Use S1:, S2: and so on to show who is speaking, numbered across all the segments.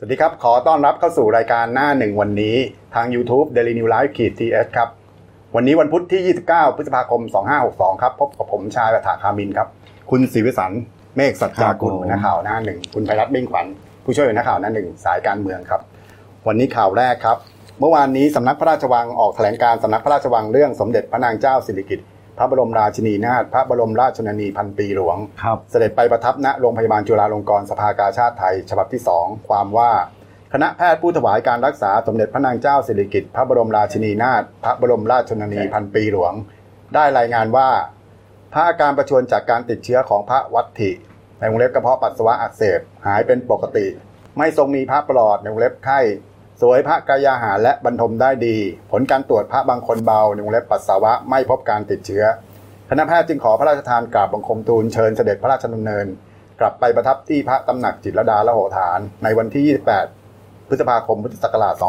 S1: สวัสดีครับขอต้อนรับเข้าสู่รายการหน้าหนึ่งวันนี้ทาง YouTube Daily New Life /TS ครับวันนี้วันพุธที่29พฤษภาคม2562ครับพบกับผมชายประถาคามินครับคุณศิวิสันต์เมฆสัจจากุลนักข่าวหน้าหนึ่งคุณไพรัตน์มิ่งขวัญผู้ช่วยนักข่าวหน้าหนึ่งสายการเมืองครับวันนี้ข่าวแรกครับเมื่อวานนี้สำนักพระราชวังออกแถลงการณ์สำนักพระราชวังเรื่องสมเด็จพระนางเจ้าสิริกิติ์พระบรมราชินีนาถพระบรมราชชนนีพันปีหลวงเสด็จไปประทับณโรงพยาบาลจุฬาลงกรณ์สภากาชาดไทยฉบับที่2ความว่าคณะแพทย์ผู้ถวายการรักษาสมเด็จพระนางเจ้าสิริกิติ์พระบรมราชินีนาถพระบรมราชชนนีพันปีหลวงได้รายงานว่าพระอาการประชวรจากการติดเชื้อของพระวัตถิในวงเล็บกระเพาะปัสสาวะอักเสบหายเป็นปกติไม่ทรงมีพระปลอดในวงเล็บไข้สวยพระกายอาหารและบรรทมได้ดีผลการตรวจพระบางคนเบาในวงเล็บปัสสาวะไม่พบการติดเชื้อคณะแพทย์จึงขอพระราชทานกราบบังคมทูลเชิญเสด็จพระราชดำเนินกลับไปประทับที่พระตำหนักจิตรลดาลโหฐานในวันที่28พฤษภาคมพุทธศักราช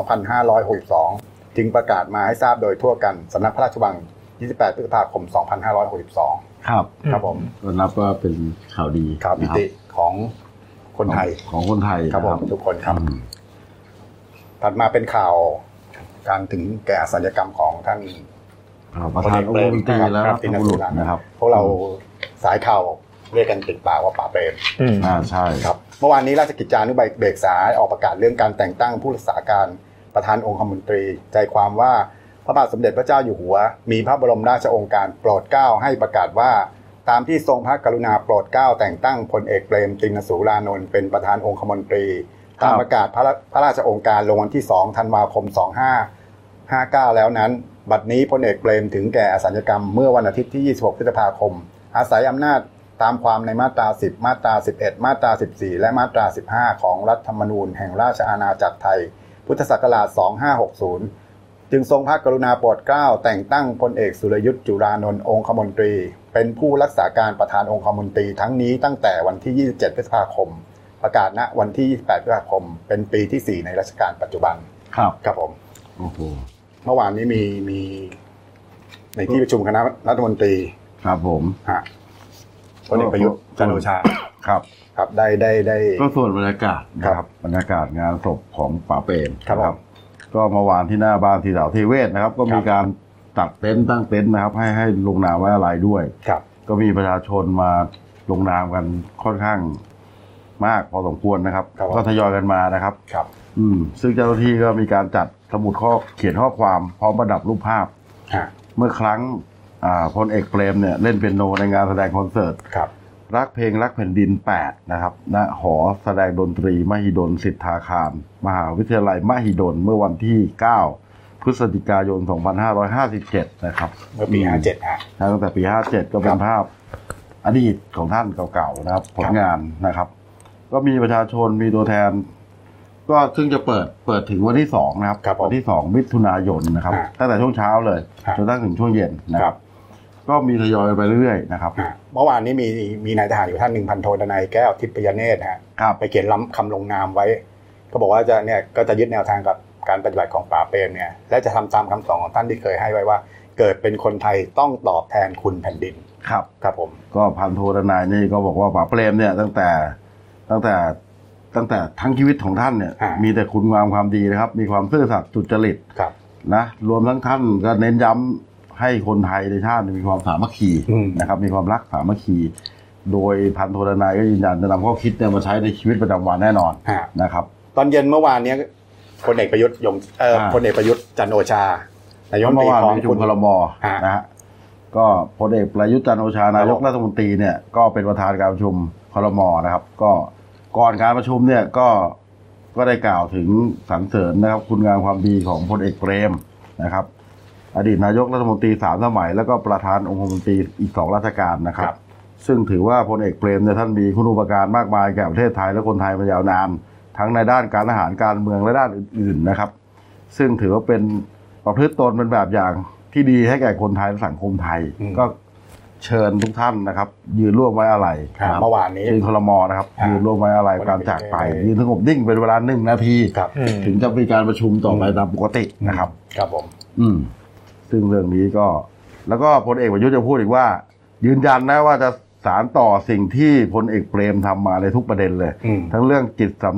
S1: 2562จึงประกาศมาให้ทราบโดยทั่วกันสำนักพระราชวัง28พฤษภาคม2562ครับผม
S2: ก็นับว่าเป็นข่าวดี
S1: ข่าวปิติของคนไทยครับผมทุกคนครับถัดมาเป็นข่าวการถึงแก่อสัญญกรรมของท่าน
S2: ประธานองค์มนตรีและรัฐมนตรีนะครับ
S1: พวกเราสายข่าวเรียกกันติดปากว่าป่าเปรม
S2: ใช่
S1: ครับเมื่อวานนี้ราชกิจจานุเบกษาออกประกาศเรื่องการแต่งตั้งผู้รักษาการประธานองคมนตรีใจความว่าพระบาทสมเด็จพระเจ้าอยู่หัวมีพระบรมราชโองการโปรดเกล้าให้ประกาศว่าตามที่ทรงพระกรุณาโปรดเกล้าแต่งตั้งพลเอกเปรมติณสูรานนท์เป็นประธานองคมนตรีตามประกาศพระราชโองการลงวันที่2ธันวาคม2559แล้วนั้นบัดนี้พลเอกเปรมถึงแก่อสัญกรรมเมื่อวันอาทิตย์ที่26พฤษภาคมอาศัยอำนาจตามความในมาตรา10มาตรา11มาตรา14และมาตรา15ของรัฐธรรมนูญแห่งราชอาณาจักรไทยพุทธศักราช2560จึงทรงพระกรุณาโปรดเกล้าแต่งตั้งพลเอกสุรยุทธจุรานนท์องคมนตรีเป็นผู้รักษาการประธานองคมนตรีทั้งนี้ตั้งแต่วันที่27พฤษภาคมประกาศณวันที่28พฤษภาคมเป็นปีที่4ในรัชกาลปัจจุบันครับผม
S2: โอ้โห
S1: เมื่อวานนี้มีในที่ประชุมคณะรัฐมนตรี
S2: ครับผม
S1: พลเอกประยุทธ์จันทร์โอชาครับได้
S2: ก็ส่วนบรรยากาศนะครับบรรยากาศงานศพของป๋าเปรมครับก็เมื่อวานที่หน้าบ้านที่เสาเทเวศนะครับก็มีการตัดเต็นท์ตั้งเต็นท์นะครับให้ลงนามไว้อะไรด้วยก็มีประชาชนมาลงนามกันค่อนข้างมากพอสมควรนะครับก็ทยอยกันมานะครับซึ่งเจ้าหน้าที่ก็มีการจัดสมุดเขียนข้อความพร้อมประดับรูปภาพเมื่อครั้งพลเอกเปรมเนี่ยเล่นเปียโนในงานแสดงคอนเสิร์ตรักเพลงรักแผ่นดิน8นะครับณหอแสดงดนตรีมหิดลสิทธาคารมหาวิทยาลัยมหิดลเมื่อวันที่9พฤศจิกายน2557นะครับ
S1: เมื่อปี57
S2: ตั้งแต่ปี57ก็เป็นภาพอดีตของท่านเก่าๆนะครับผลงานนะครับก็มีประชาชนมีตัวแทนก็ซึ่งจะเปิดถึงวันที่2นะครับวันที่2มิถุนายนนะครับตั้งแต่ช่วงเช้าเลยจนถึงช่วงเย็นนะครับก็มีทยอยไปเรื่อยๆนะครับ
S1: เมื่อวานนี้มีนายทหารอยู่ท่านหนึ่งพันโทดนัยแก้วทิพยเนตรไปเขียนคำลงนามไว้ก็บอกว่าก็จะยึดแนวทางกับการปฏิบัติของป๋าเปรมเนี่ยและจะทำตามคำสอนของท่านที่เคยให้ไว้ว่าเกิดเป็นคนไทยต้องตอบแทนคุณแผ่นดินครับผม
S2: ก็พันโทดนัยนี่ก็บอกว่าป๋าเปรมเนี่ยตั้งแต่ทั้งชีวิตของท่านเนี่ยมีแต่คุณงามความดีนะครับมีความซื่อสัตย์สุจริตนะรวมทั้งท่านก็เน้นย้ำให้คนไทยในชาติมีความสามัคคีนะครับมีความรักสามัคคีโดยพันโทดนัยก็ยืนยันจะนำข้อคิดมาใช้ในชีวิตประจำวันแน่นอนนะครับ
S1: ตอนเย็นเมื่อวานนี้พลเอกประยุทธ์พลเอกประยุทธ์จันทร์โอชานายกรัฐมนตรีของ
S2: ประชุมครม.นะฮะก็พลเอกประยุทธ์จันทร์โอชานายกรัฐมนตรีเนี่ยก็เป็นประธานการประชุมครม.นะครับก็ก่อนการประชุมเนี่ยก็ได้กล่าวถึงสรรเสริญนะครับคุณงามความดีของพลเอกเปรมนะครับอดีตนายกรัฐมนตรี3 สมัยแล้วก็ประธานองคมนตรีอีก2 ราชการนะครับซึ่งถือว่าพลเอกเปรมเนี่ยท่านมีคุณูปการมากมายแก่ประเทศไทยและคนไทยมายาวนานทั้งในด้านการทหารการเมืองและด้านอื่นๆนะครับซึ่งถือว่าเป็นประพฤติตนเป็นแบบอย่างที่ดีให้แก่คนไทยและสังคมไทยก็เชิญทุกท่านนะครับยืนร่วมไว้อาลัย
S1: เมื่อวานนี้
S2: ครม.นะครับยืนร่วมไว้อาลัยการจากไปยืนสงบนิ่งเป็นเวลา1 นาทีถึงจะมีการประชุมต่อไปตามปกตินะครับ
S1: ครับผม
S2: ซึ่งเรื่องนี้ก็แล้วก็พลเอกประยุทธ์จะพูดอีกว่ายืนยันนะว่าจะสานต่อสิ่งที่พลเอกเปรมทำมาในทุกประเด็นเลยทั้งเรื่องจิตสำนึก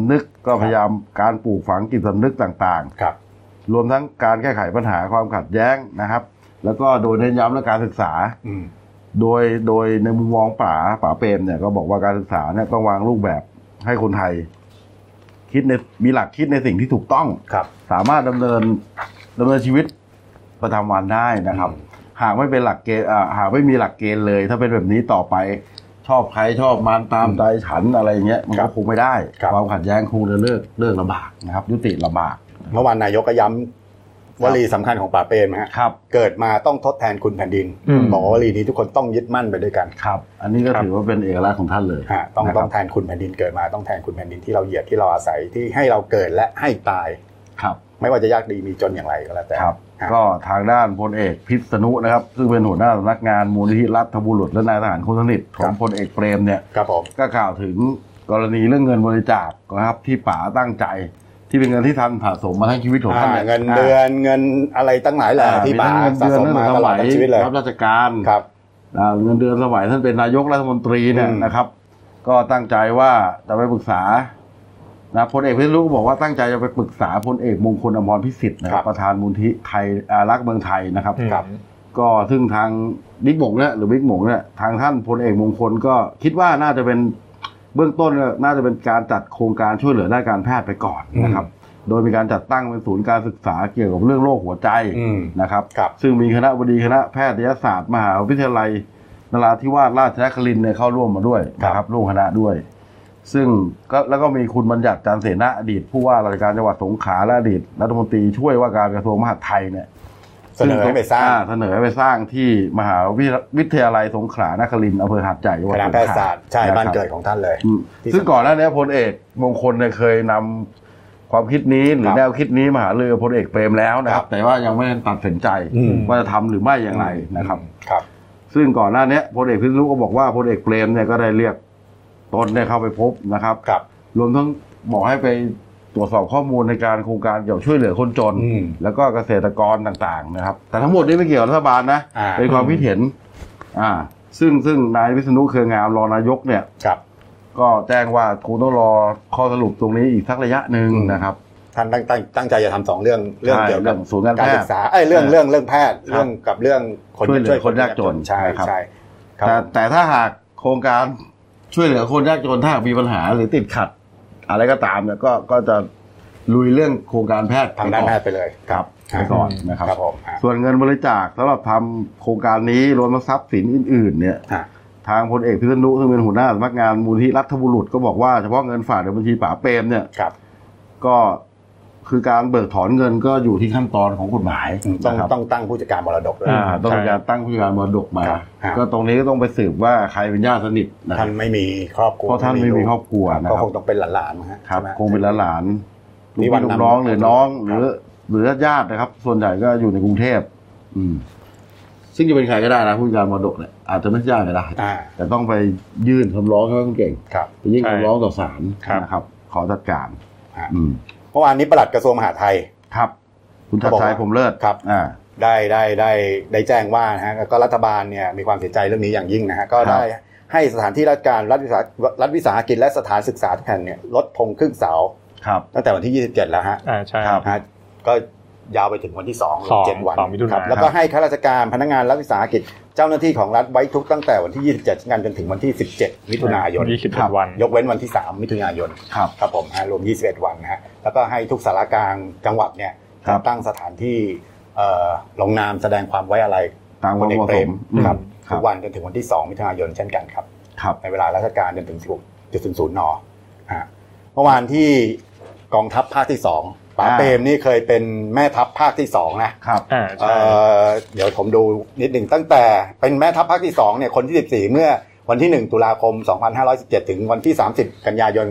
S2: ก็พยายามการปลูกฝังจิตสำนึกต่างๆรวมทั้งการแก้ไขปัญหาความขัดแย้งนะครับแล้วก็โดยเน้นย้ำเรื่องการศึกษาโดยในมุมมองป๋าเปรมเนี่ยก็บอกว่าการศึกษาเนี่ยต้องวางรูปแบบให้คนไทยมีหลักคิดในสิ่งที่ถูกต้องสามารถดำเนินชีวิตประจำวันได้นะครับหากไม่เป็นหลักเกณฑ์หากไม่มีหลักเกณฑ์เลยถ้าเป็นแบบนี้ต่อไปชอบใครชอบมันตามใจฉันอะไรเงี้ยมันก็คงไม่ได้ความขัดแย้งคงจะเลิกลำบากนะครับยุติลำบาก
S1: เมื่อวานนายกก็ย้ำวลีสำคัญของป๋าเปรมครับเกิดมาต้องทดแทนคุณแผ่นดินบอกว่าวลีนี้ทุกคนต้องยึดมั่นไปด้วยกัน
S2: ครับอันนี้ก็ถือว่าเป็นเอกลักษณ์ของท่านเลย
S1: ต้องแทนคุณแผ่นดินเกิดมาต้องแทนคุณแผ่นดินที่เราเหยียบที่เราอาศัยที่ให้เราเกิดและให้ตาย
S2: ครับ
S1: ไม่ว่าจะยากดีมีจนอย่างไรก็แล้วแต่
S2: ก็ทางด้านพลเอกพิษณุนะครับซึ่งเป็นหัวหน้าสำนักงานมูลนิธิรัฐบุรุษและนายทหารคนสนิทของพลเอกเปรมเนี่ยก็กล่าวถึงกรณีเรื่องเงินบริจาคนะครับที่ป๋าตั้งใจที่เป็นเงินที่ท่านสะสมมาทั้งชีวิตของท่าน
S1: เงินเดือนเงินอะไรตั้งหลายแหละที่ป๋าสะสมมาตลอดชีวิตเลย
S2: รับราชการเงินเดือนสมัยท่านเป็นนายกรัฐมนตรีเนี่ยนะครับก็ตั้งใจว่าจะไปปรึกษาพลเอกพิษณุบอกว่าตั้งใจจะไปปรึกษาพลเอกมงคลอมรพิสิทธิ์นะครับประธานมูลนิธิไทยรักเมืองไทยนะครับก็ซึ่งทางบิ๊กหม่งเนี่ยหรือบิ๊กหม่งเนี่ยทางท่านพลเอกมงคลก็คิดว่าน่าจะเป็นเบื้องต้นน่าจะเป็นการจัดโครงการช่วยเหลือด้านการแพทย์ไปก่อนนะครับโดยมีการจัดตั้งเป็นศูนย์การศึกษาเกี่ยวกับเรื่องโรคหัวใจนะครับซึ่งมีคณะบดีคณะแพทยศาสตร์มหาวิทยาลัยนราธิวาสราชนครินทร์เนี่ยเข้าร่วมมาด้วยนะครับร่วมคณะด้วยซึ่งแล้วก็มีคุณบัญญัติจันทร์เสนาอดีตผู้ว่าราชการจังหวัดสงขลาและอดีตรัฐมนตรีช่วยว่าการกระทรวงมหาดไทยเนี่ย
S1: เสนอให้ไปส
S2: ร้างที่มหาวิทยาลัยสงขลานครินทร์อำเภอหาดใหญ่จังหวัดสงขลา
S1: คณะแพทยศาสตร์ใช่บ้านเกิดของท่านเลย
S2: ซึ่งก่อนหน้านี้พลเอกมงคลเนี่ยเคยนำความคิดนี้หรือแนวคิดนี้มาหารือพลเอกเปรมแล้วนะครับแต่ว่ายังไม่ได้ตัดสินใจว่าจะทำหรือไม่อย่างไรนะครับซึ่งก่อนหน้านี้พลเอกพิษณุก็บอกว่าพลเอกเปรมเนี่ยก็ได้เรียกตนเนี่ยเข้าไปพบนะครับรวมทั้งบอกให้ไปตรวจสอบข้อมูลในการโครงการเกี่ยวช่วยเหลือคนจนแล้วก็เกษตรกรต่างๆนะครับแต่ทั้งหมดนี้ไม่เกี่ยวกับรัฐบาลนะเป็นความคิดเห็นซึ่งนายวิษณุเครืองามรองนายกเนี่ยก็แจ้งว่าคงต้องรอข้อสรุปตรงนี้อีกสักระยะหนึ่งนะครับ
S1: ท่านตั้งใจจะทำ2เรื่องเกี่ยวกับ
S2: ศูนย์การ
S1: ศึกษาเรื่องแพทย์เรื่องกับเรื่องคน
S2: ช่วยคนยากจน
S1: ใช่
S2: แต่ถ้าหากโครงการช่วยเหลือคนยากจนถ้ามีปัญหาหรือติดขัดอะไรก็ตามเนี่ยก็จะลุยเรื่องโครงการแพทย์
S1: ทางด้านแพทย์ไปเลย
S2: ครับไปก่อนนะครับส่วนเงินบริจาคสำหรับทำโครงการนี้รวมทั้งทรัพย์สินอื่นๆเนี่ยทางพลเอกพิษณุซึ่งเป็นหัวหน้าสำนักงานมูลนิธิรัฐบุรุษก็บอกว่าเฉพาะเงินฝากในบัญชีป๋าเปรมเนี่ยก็คือการเบิกถอนเงินก็อยู่ที่ขั้นตอนของกฎหมาย
S1: ต้องตั้งผู้จัดการมรดกด้วย
S2: ต้องมีการตั้งผู้จัดการมรดกมาก็ตรงนี้ก็ต้องไปสืบว่าใครเป็นญาติสนิท
S1: ท่านไม่มีครอบครัว
S2: เพราะท่านไม่มีครอบครัวนะ
S1: ก็คงต้องเป็นหลาน
S2: ๆครับคงเป็นหลานลูกน้องหรือน้องหรือญาตินะครับส่วนใหญ่ก็อยู่ในกรุงเทพซึ่งจะเป็นใครก็ได้นะผู้จัดการมรดกเนี่ยอาจจะไม่ใช่ก็ได้แต่ต้องไปยื่นคำร้องให้คุณเก่งไปยื่นคำร้องต่อศาลนะครับขอจัดการ
S1: เมื่อวานนี้ปลัดกระทรวงมหาดไทย
S2: ครับคุณชัดชัยผมเลิศ
S1: ครับได้แจ้งว่านะฮะก็รัฐบาลเนี่ยมีความเสียใจเรื่องนี้อย่างยิ่งนะฮะก็ได้ให้สถานที่ราชการรัฐวิสาหกิจและสถานศึกษาทุกแห่งเนี่ยลดธงครึ่งเสาตั้งแต่วันที่27แล้วฮะ
S3: ใช่ครับ
S1: ก็ยาวไปถึงวันที่2 7วันครับแล้วก็ให้ข้าราชการพนักงานรัฐวิสาหกิจเจ้าหน้าที่ของรัฐไว้ทุกตั้งแต่วันที่27กันจนถึงวันที่17มิถุนายน
S3: 21วัน
S1: ยกเว้นวันที่3มิถุนายนครับผมรวม21วันนะฮะแล้วก็ให้ทุกสารกลางจังหวัดเนี่ยตั้งสถานที่ลงนามแสดงความไว้อาลัย
S2: พลเอกเปรม
S1: ครับทุกวันจนถึงวันที่2มิถุนายนเช่นกันครับในเวลาราชการจนถึง 16:00 น.เมื่อวานที่กองทัพภาคที่2ป๋าเปรมนี่เคยเป็นแม่ทัพภาคที่2นะครับเดี๋ยวผมดูนิดหนึ่งตั้งแต่เป็นแม่ทัพภาคที่2เนี่ยคนที่14เมื่อวันที่1ตุลาคม2517ถึงวันที่30กันยายน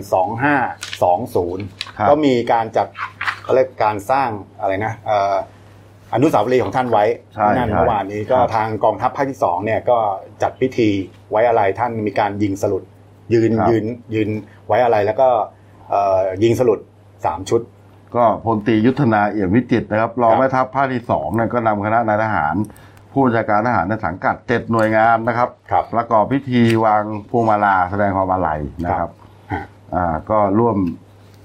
S1: 2520ก็มีการจัดเขาเรียกการสร้างอะไรนะอนุสาวรีย์ของท่านไว้นั่นเมื่อวานนี้ก็ทางกองทัพภาคที่2เนี่ยก็จัดพิธีไว้อาลัยท่านมีการยิงสลุดยืนไว้อาลัยแล้วก็ยิงสลุด3ชุด
S2: ก็พลตรียุทธนาเอี่ยมวิจิตรนะครับรองแม่ทัพภาคที่2เนี่ยก็นำคณะนายทหารผู้บัญชาการทหารในสังกัด7หน่วยงานนะครับประกอบพิธีวางพวงมาลาแสดงความอาลัยนะครับก็ร่วม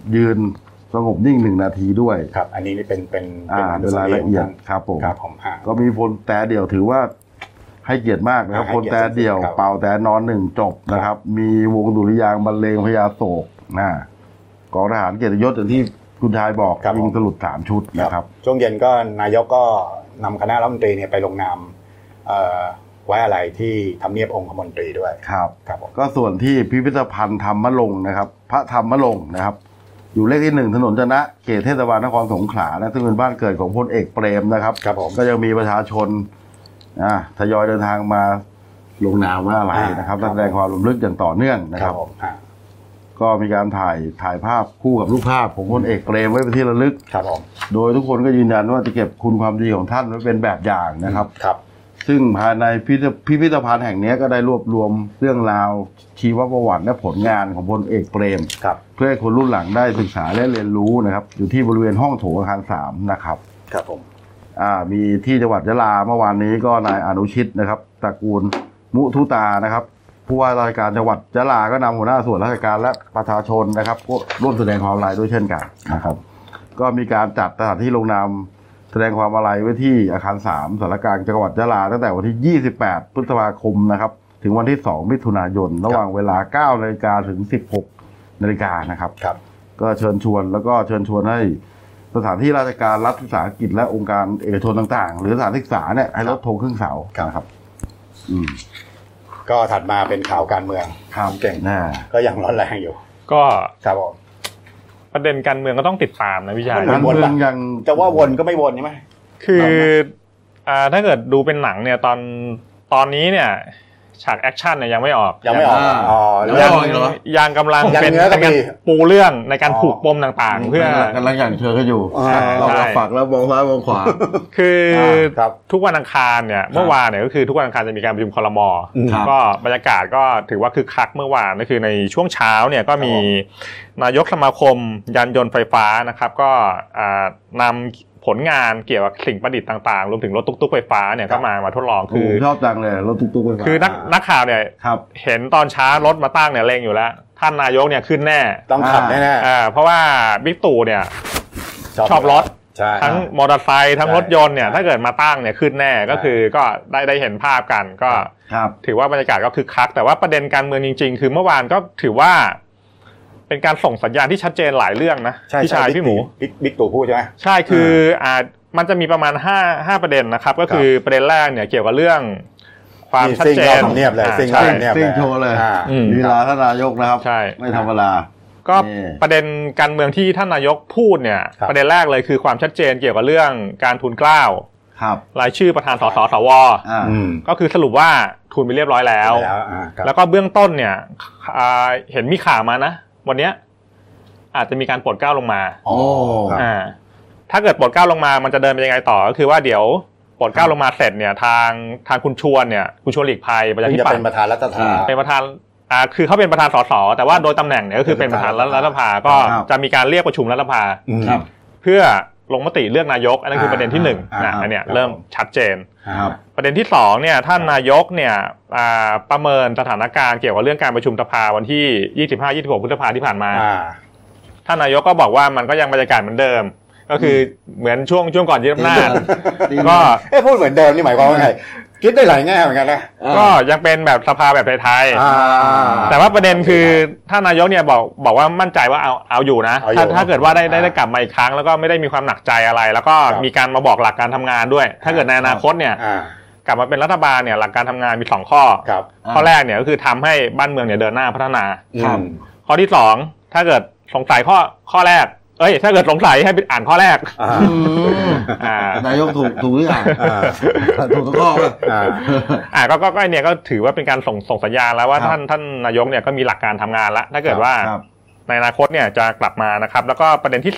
S2: ยืนสงบนิ่ง1 นาทีด้วย
S1: ครับอันนี้เป็น
S2: รายละเอียดครับผมก็มีพลแต่เดี่ยวถือว่าให้เกียรติมากนะครับพลแต่เดี่ยวเป่าแต่นอน1จบนะครับมีวงดุริยางค์บรรเลงพญาโศกกองทหารเกียรติยศอย่างที่คุณชายบอกยิงสลุด3 ชุดนะครับ
S1: ช่วงเย็นก็นายกก็นำคณะรัฐมนตรีเนี่ยไปลงนามไว้อะไรที่ทำเนียบองคมนตรีด้วย
S2: ครับก็ส่วนที่พิพิธภัณฑ์ธรรมลงนะครับพระธรรมลงนะครับอยู่เลขที่1ถนนจนะเขตเทศบาลนครสงขลานะซึ่งเป็นบ้านเกิดของพลเอกเปรมนะครับก็ยังมีประชาชนทยอยเดินทางมาลงนามไว้อะไรนะครับแสดงความรำลึกอย่างต่อเนื่องนะครับก็มีการถ่ายภาพคู่กับรูปภาพของพลเอกเปรมไว้เป็นที่ระลึกโดยทุกคนก็ยืนยันว่าจะเก็บคุณความดีของท่านไว้เป็นแบบอย่างนะครับซึ่งภายในพิพิธภัณฑ์แห่งนี้ก็ได้รวบรวมเรื่องราวชีวประวัติและผลงานของพลเอกเปรมเพื่อให้คนรุ่นหลังได้ศึกษาและเรียนรู้นะครับอยู่ที่บริเวณห้องโถงอาคาร3นะครับ
S1: ครับผม
S2: มีที่จังหวัดยะลาเมื่อวานนี้ก็นายอนุชิตนะครับตระกูลมุทุตานะครับผู้ว่าราชการจังหวัดยะลาก็นำหัวหน้าส่วนราชการและประชาชนนะครับร่วมแสดงความอาลัยด้วยเช่นกันนะครับก็มีการจัดสถานที่ลงนามแสดงความอาลัยไว้ที่อาคาร3สารกลางจังหวัดยะลาตั้งแต่วันที่28พฤษภาคมนะครับถึงวันที่2มิถุนายนระหว่างเวลา 9 นาฬิกาถึง 16 นาฬิกานะครับก็เชิญชวนให้สถานที่ราชการรัฐวิสาหกิจและองค์การเอกชนต่างๆหรือสถานศึกษาเนี่ยให้ลดธงครึ่งเสาครับ
S1: ก็ถัดมาเป็นข่าวการเมืองเก่งก็ยังร้อนแรงอยู่
S3: ก็
S1: ครับผม
S3: ประเด็นการเมืองก็ต้องติดตามนะพี่ชาย
S1: การเมืองยังจะว่าวนก็ไม่วนใช่ไหม
S3: คือถ้าเกิดดูเป็นหนังเนี่ยตอนนี้เนี่ยฉากแอคชั่นเนี่ยยังไม่ออกยังกำลังเป็นการปูเรื่องในการผูกปมต่างๆเพื่อก
S2: ำลังอย่างเชิญก็อยู่เราฝักแล้วมองซ้ายมองขวา
S3: คือทุกวันอังคารเนี่ยเมื่อวานเนี่ยก็คือทุกวันอังคารจะมีการประชุมครม.ก็บรรยากาศก็ถือว่าคึกคักเมื่อวานก็คือในช่วงเช้าเนี่ยก็มีนายกสมาคมยานยนต์ไฟฟ้านะครับก็นำผลงานเกี่ยวกับสิ่งประดิษฐ์ต่างๆรวมถึงรถตุ๊กๆไฟฟ้าเนี่ยก็มาทดลอง
S2: คือชอบจังเลยรถตุ๊กๆไฟฟ้า
S3: คือนักข่าวเนี่ยเห็นตอนเช้ารถมาตั้งเนี่ยเล็งอยู่แล้วท่านนายกเนี่ยขึ้นแน่
S1: ต้องขับแน่
S3: ๆเพราะว่าบิ๊กตู่เนี่ยชอบรถทั้งมอเตอร์ไซค์ทั้งรถยนต์เนี่ยถ้าเกิดมาตั้งเนี่ยขึ้นแน่ก็คือก็ได้เห็นภาพกันก็ถือว่าบรรยากาศก็คึกคักแต่ว่าประเด็นการเมืองจริงๆคือเมื่อวานก็ถือว่าเป็นการส่งสัญญาณที่ชัดเจนหลายเรื่องนะพี่ชายพี่หมู
S1: บิ๊กตู่พูดใช่ไหม
S3: ใช่คือมันจะมีประมาณ5ประเด็นนะครับก็คือประเด็นแรกเนี่ยเกี่ยวกับเรื่องความชัดเจน
S1: เนียบเลย
S2: ซิ่งโชว์เลยลีลาท่านนายกนะครับไม่ธรรมดา
S3: ก็ประเด็นการเมืองที่ท่านนายกพูดเนี่ยประเด็นแรกเลยคือความชัดเจนเกี่ยวกับเรื่องการทุนเกล้ารายชื่อประธานสสสวก็คือสรุปว่าทุนไปเรียบร้อยแล้วก็เบื้องต้นเนี่ยเห็นมีข่าวมานะวันนี้อาจจะมีการโปรดเกล้าลงมาถ้าเกิดโปรดเกล้าลงมามันจะเดินไปยังไงต่อก็คือว่าเดี๋ยวโปรดเกล้าลงมาเสร็จเนี่ยทางคุณชวนเนี่ยคุณชวนหลีกภัยประชาธิปัตย์
S1: เป็นประธานรัฐสภา
S3: เป็นประธานคือเขาเป็นประธานสสแต่ว่าโดยตำแหน่งเนี่ยก็คือเป็นประธานรัฐสภาก็จะมีการเรียกประชุมรัฐสภาเพื่อลงมติเลือกนายกอันนั้นคือประเด็นที่1อันเนี้ยเริ่มชัดเจนประเด็นที่2เนี่ยท่านนายกเนี่ยประเมินสถานการณ์เกี่ยวกับเรื่องการประชุมสภาวันที่25-26 พฤษภาคมที่ผ่านมาท่านนายกก็บอกว่ามันก็ยังบรรยากาศเหมือนเดิมก็คือเหมือนช่วงก่อนยึดอำนาจ
S1: ก็พูดเหมือนเดิมนี่หมายความว่าไงคิดได้หลายแง่เหมือนกันนะ
S3: ก็ยังเป็นแบบสภาแบบไทยๆแต่ว่าประเด็นคือท่านนายกเนี่ยบอกว่ามั่นใจว่าเอาอยู่นะถ้าเกิดว่าได้กลับมาอีกครั้งแล้วก็ไม่ได้มีความหนักใจอะไรแล้วก็มีการมาบอกหลักการทำงานด้วยถ้าเกิดในอนาคตเนี่ยกลับมาเป็นรัฐบาลเนี่ยหลักการทำงานมี2ข้อข้อแรกเนี่ยก็คือทำให้บ้านเมืองเนี่ยเดินหน้าพัฒนาข้อที่2ถ้าเกิดสงสัยข้อแรกถ้าเกิดสงสัยให้ไปอ่านข้อแรก
S2: นายกถูกทุกอย่างถูกทุกข้อ
S3: ก็เนี่ยก็ถือว่าเป็นการส่งสัญญาณแล้วว่าท่านนายกเนี่ยก็มีหลักการทำงานแล้วถ้าเกิดว่าในอนาคตเนี่ยจะกลับมานะครับแล้วก็ประเด็นที่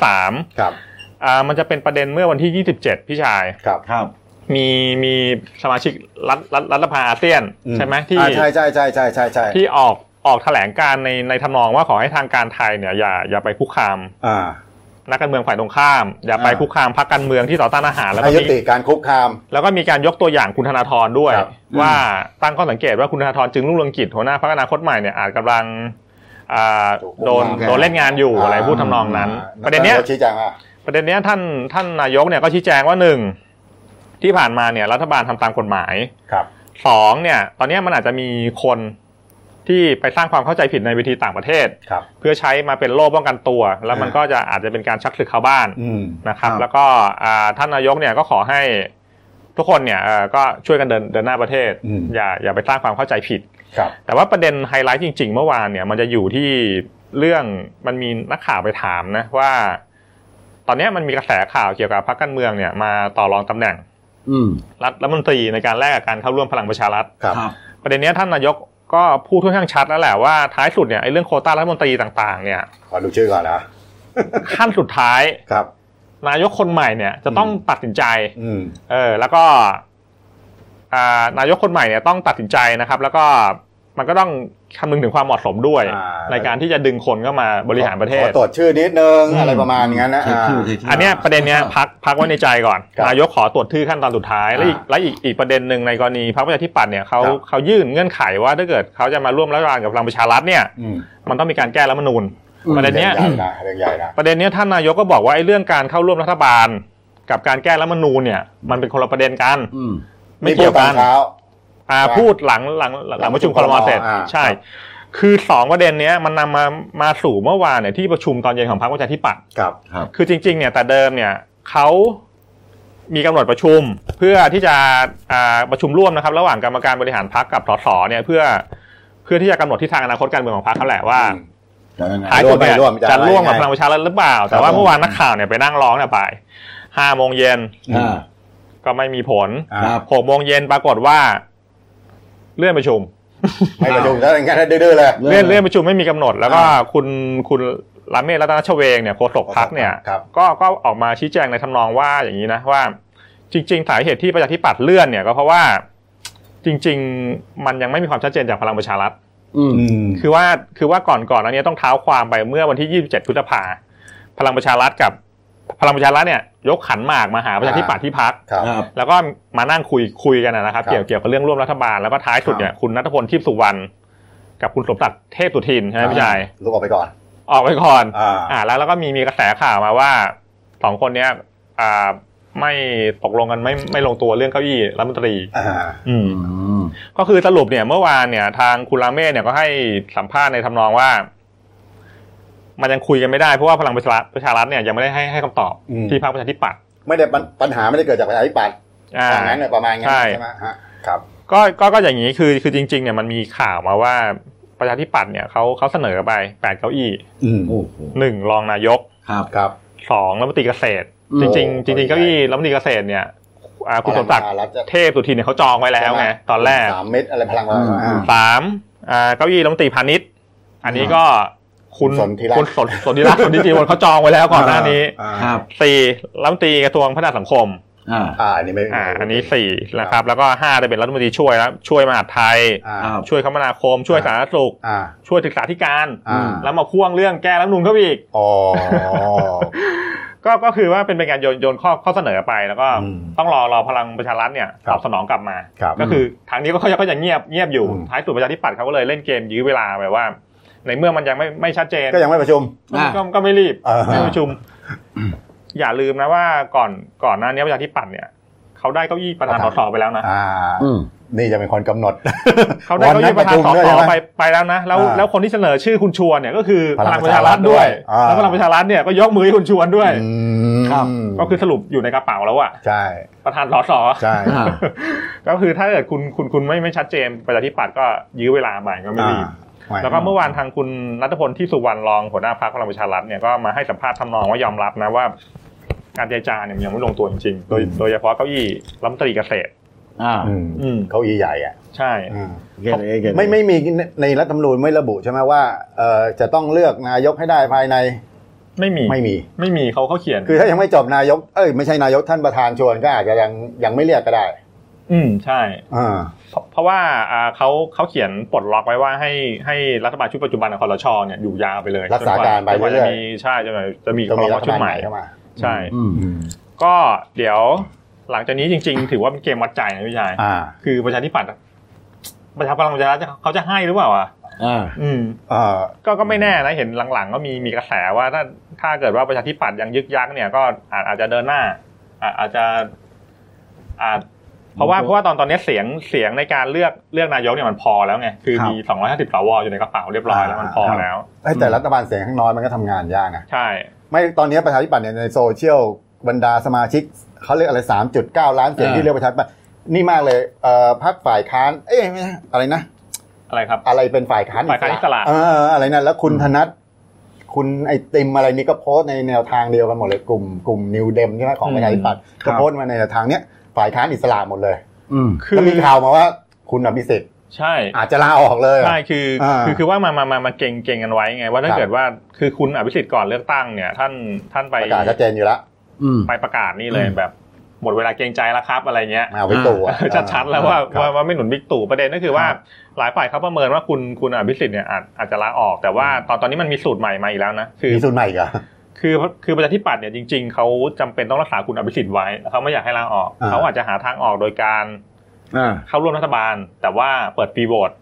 S3: 3มันจะเป็นประเด็นเมื่อวันที่27พี่ชายมีสมาชิกรัฐสภาอาเซียนใช่ไหมที่
S1: ใช่
S3: ที่ออกแถลงการในทำนองว่าขอให้ทางการไทยเนี่ยอย่าไปคุกคามนักการเมืองฝ่ายตรงข้ามอย่าไปคุกคามพรรคการเมืองที่ต่อต้านอาหาร
S1: แล้วก็ยุติการคุกคาม
S3: แล้วก็มีการยกตัวอย่างคุณธนาธรด้วยว่าตั้งข้อสังเกตว่าคุณธนาธรจึงรุ่งเรืองกิจหัวหน้าพรรคอนาคตใหม่เนี่ยอาจโดนเล่นงานอยู่อะไรพูดทำนองนั้นประเด็นเนี้ยท่านนายกเนี่ยก็ชี้แจงว่า1ที่ผ่านมาเนี่ยรัฐบาลทำตามกฎหมาย
S1: ครับ
S3: 2เนี่ยตอนนี้มันอาจจะมีคนที่ไปสร้างความเข้าใจผิดในเวทีต่างประเทศเพื่อใช้มาเป็นโล่ป้องกันตัวแล้วมันก็จะอาจจะเป็นการชักศึกเข้าบ้านนะครับแล้วก็ท่านนายกเนี่ยก็ขอให้ทุกคนเนี่ยก็ช่วยกันเดินหน้าประเทศอย่าไปสร้างความเข้าใจผิดแต่ว่าประเด็นไฮไลท์จริงๆเมื่อวานเนี่ยมันจะอยู่ที่เรื่องมันมีนักข่าวไปถามนะว่าตอนนี้มันมีกระแสข่าวเกี่ยวกับพรรคการเมืองเนี่ยมาต่อรองตำแหน่งรัฐมนตรีในการแลกกับการเข้าร่วมพลังประชารัฐประเด็นนี้ท่านนายกก็พูดค่อนข้างชัดแล้วแหละว่าท้ายสุดเนี่ยไอ้เรื่องโควต้ารัฐมนตรีต่างๆเนี่ย
S1: ขอดูชื่อก่อนนะ
S3: ขั้นสุดท้าย
S1: ครับ
S3: นายกคนใหม่เนี่ยจะต้องตัดสินใจแล้วก็นายกคนใหม่เนี่ยต้องตัดสินใจนะครับแล้วก็มันก็ต้องคำนึงถึงความเหมาะสมด้วยในการที่จะดึงคนเข้ามาบริหารประเทศ
S1: ขอตรวจชื่อนิดนึงอะไรประมาณงั้นนะ
S3: อันนี้ประเด็นเนี้ยพักไว้ในใจก่อนนายกขอตรวจชื่อขั้นตอนสุดท้ายแล้วอีกประเด็นนึงในกรณีพรรคประชาธิปัตย์เนี่ยเขายื่นเงื่อนไขว่าถ้าเกิดเขาจะมาร่วมรัฐบาลกับพลังประชารัฐเนี่ยมันต้องมีการแก้รัฐธรรมนูญประเด็นเนี้ยประเด็นเนี้ยท่านนายกก็บอกว่าไอ้เรื่องการเข้าร่วมรัฐบาลกับการแก้รัฐธรรมนูญเนี่ยมันเป็นคนละประเด็นกันไม่เกี่ยวกันพูดหลังประชุมครม.เสร็จใช่คือ2ประเด็นนี้มันนำมาสู่เมื่อวานเนี่ยที่ประชุมตอนเย็นของพรรคประชาธิปัตย์คือจริงๆเนี่ยแต่เดิมเนี่ยเขามีกำหนดประชุมเพื่อที่จะประชุมร่วมนะครับระหว่างกรรมการบริหารพรรคกับสสเนี่ยเพื่อที่จะกำหนดทิศทางอนาคตการเมืองของพรรคเขาแหละว่าท้ายสุดเนี่ยจะร่วมกับพลังประชารัฐหรือเปล่าแต่ว่าเมื่อวานนักข่าวเนี่ยไปนั่งร้องเนี่ยไป5 โมงเย็นก็ไม่มีผล6 โมงเย็นปรากฏว่าเลื่อนประชุม
S1: ไม่ประชุมแล้วอย่างนั้นดื้อๆเลย
S3: เลื่อนประชุมไม่มีกำหนดแล้วก็คุณราเมศรัตนชเวงเนี่ยโฆษกพรรคเนี่ยก็ออกมาชี้แจงในทำนองว่าอย่างนี้นะว่าจริงๆสาเหตุที่ประชาธิปัตย์เลื่อนเนี่ยก็เพราะว่าจริงๆมันยังไม่มีความชัดเจนจากพลังประชารัฐคือว่าก่อนอันนี้ต้องเท้าความไปเมื่อวันที่27 พฤษภาคมพลังประชารัฐกับพลังประชารัฐเนี่ยยกขันหมากมาหาประชาธิปัตย์ที่พรรคแล้วก็มานั่งคุยกันนะครับเกี่ยวกับเรื่องร่วมรัฐบาลแล้วก็ท้ายสุดเนี่ยคุณณัฐพล ทิพย์สุวรรณกับคุณสมศักดิ์เทพสุทินใช่ไหมพี่ชาย
S1: ลุกออกไปก่อน
S3: แล้วก็มีกระแสข่าวมาว่า2คนเนี้ยไม่ตกลงกันไม่ลงตัวเรื่องเก้าอี้รัฐมนตรีก็คือสรุปเนี่ยเมื่อวานเนี่ยทางคุณราเมศเนี่ยก็ให้สัมภาษณ์ในทำนองว่ามันยังคุยกันไม่ได้เพราะว่าพลังประชารัฐเนี่ยยังไม่ได้ให้คำตอบที่พรรคประชาธิปัตย์
S1: ไม่ได้ปัญหาไม่ได้เกิดจากประชาธิปัตย์อย่างนั้นประมาณนั้นใช่ไหมครับ
S3: ก็อย่างนี้คือจริงๆเนี่ยมันมีข่าวมาว่าประชาธิปัตย์เนี่ยเขาเสนอไป8 เก้าอี้1รองนายก
S1: ครับ
S3: 2รัฐมนตรีเกษตรจริงเก้าอี้รัฐมนตรีเกษตรเนี่ยคุณสมศักดิ์เทพสุทินเนี่ยเขาจองไว้แล้วไงตอนแรก
S1: 3 เม็ดอะไรพลัง
S3: 3เก้าอี้รัฐมนตรีพาณิชย์อันนี้ก็คุณสนธิรัตน์สนธิจิรวงศ์เขาจองไว้แล้วก่อนหน้านี้4รัฐมนตรีกระทรวงพัฒนาสังคม
S1: อันนี้ไม่
S3: อันนี้4นะครับแล้วก็5จะเป็นรัฐมนตรีช่วยมหาดไทยช่วยคมนาคมช่วยสาธารณสุขช่วยศึกษาธิการแล้วมาพ่วงเรื่องแก้รัฐธรรมนูญเข้าไปอีกก็คือว่าเป็นการโยนข้อเสนอไปแล้วก็ต้องรอพลังประชารัฐเนี่ยตอบสนองกลับมาก็คือทางนี้ก็ยังเงียบอยู่ท้ายสุดประชาธิปัตย์เขาก็เลยเล่นเกมยื้อเวลาไปว่าในเมื่อมันยังไม่ชัดเจน
S1: ก็ยังไม่ประชุม
S3: ก็ไม่รีบไม่ประชุมอย่าลืมนะว่าก่อนหน้านี้ประชาธิปัตย์เนี่ยเขาได้เก้าอี้ประธานสสไปแล้วนะ
S1: นี่จะเป็นคนกำหนด
S3: เขาได้เก้าอี้ประธานสสไปแล้วนะแล้วคนที่เสนอชื่อคุณชวนเนี่ยก็คือพลังประชารัฐด้วยแล้วพลังประชารัฐเนี่ยก็ยกมือให้คุณชวนด้วย
S1: ครับ
S3: ก็คือสรุปอยู่ในกระเป๋าแล้วอ่ะ
S1: ใช่
S3: ประธานสส
S1: ใช่
S3: ก็คือถ้าเกิดคุณไม่ชัดเจนประชาธิปัตย์ก็ยื้อเวลาใหม่ก็ไม่รีบแล้วก็เมื่อวานทางคุณณัฐพล ทิพย์สุวรรณรองหัวหน้าพรรคพลังประชารัฐเนี่ยก็มาให้สัมภาษณ์ทำนองว่ายอมรับนะว่าการเจรจาเนี่ยยังไม่ลงตัวจริงๆโดยเฉพาะเก้าอี้รัฐมนตรีเกษตร
S1: เก้าอี้ใหญ่อ่ะ
S3: ใช่
S1: ไม่มีในรัฐธรรมนูญไม่ระบุใช่ไหมว่าจะต้องเลือกนายกให้ได้ภายใน
S3: ไม่มีเขาเขียน
S1: คือถ้ายังไม่จบนายกไม่ใช่นายกท่านประธานชวนก็อาจจะยังไม่เรียกก็ได้
S3: ใช่เพราะว่าเขาเขียนปลดล็อกไว้ว่าให้รัฐบาลชุดปัจจุบันครช.เนี่ยอยู่ยาวไปเลย
S1: รักษาการไปเรื่อย
S3: ๆใช่จะมีครม.ชุดใหม่ใช่ก็เดี๋ยวหลังจากนี้จริงๆถือว่าเป็นเกมวัดใจนะพี่ชายคือประชาธิปัตย์พลังประชารัฐเขาจะให้หรือเปล่าก็ไม่แน่นะเห็นหลังๆก็มีกระแสว่าถ้าเกิดว่าประชาธิปัตย์ยังยึกยักเนี่ยก็อาจจะเดินหน้าอาจจะเพราะว่าตอนนี้เสียงในการเลือกนายกเนี่ยมันพอแล้วไงคือมี250 สวอยู่ในกระเป๋าเรียบร้อยแล้วมันพอแล้ว
S1: แต่รัฐบาลเสียงข้างน้อยมันก็ทำงานยากอ่ะ
S3: ใช่
S1: ไม่ตอนนี้ประชาธิปัตย์เนี่ยในโซเชียลบรรดาสมาชิกเขาเรียกอะไร 3.9 ล้านเสียงที่เรียกประชาธิปัตย์นี่มากเลยพรรคฝ่ายค้านไม่ใช่อะไรนะ
S3: อะไรครับ
S1: อะไรเป็นฝ่ายค้าน
S3: อิสระ
S1: อะไรนะแล้วคุณธนัทคุณไอติมอะไรนี่ก็โพสต์ในแนวทางเดียวกันหมดเลยกลุ่มนิวเดมใช่ไหมของประชาธิปัตย์ก็โพสต์มาในแนวทางเนี้ยฝ่ายค้านอิสระหมดเลยก็มีข่าวมาว่าคุณอภิสิทธิ์
S3: ใช่
S1: อาจจะลาออกเลย
S3: ใช่คือว่ามาเก่งกันไว้ไงว่าถ้าเกิดว่าคือคุณอภิสิทธิ์ก่อนเลือกตั้งเนี่ยท่านไป
S1: ประกาศชัดเจนอยู่แล้ว
S3: ไปประกาศนี่เลยแบบหมดเวลาเกรงใจแล้วครับอะไรเงี้ย
S1: บิ๊กตู่
S3: ชัดๆแล้วว่าไม่หนุนบิ๊กตู่ประเด็นก็คือว่าหลายฝ่ายเขาประเมินว่าคุณอภิสิทธิ์เนี่ยอาจจะลาออกแต่ว่าตอนนี้มันมีสูตรใหม่มาอีกแล้วนะ
S1: มีสูตรใหม่อีก
S3: คือประชาธิปัตย์เนี่ยจริงๆเขาจำเป็นต้องรักษาคุณอภิสิทธิ์ไว้เขาไม่อยากให้ลาออกเขาอาจจะหาทางออกโดยการเข้าร่วมรัฐบาลแต่ว่าเปิดฟรีโหวต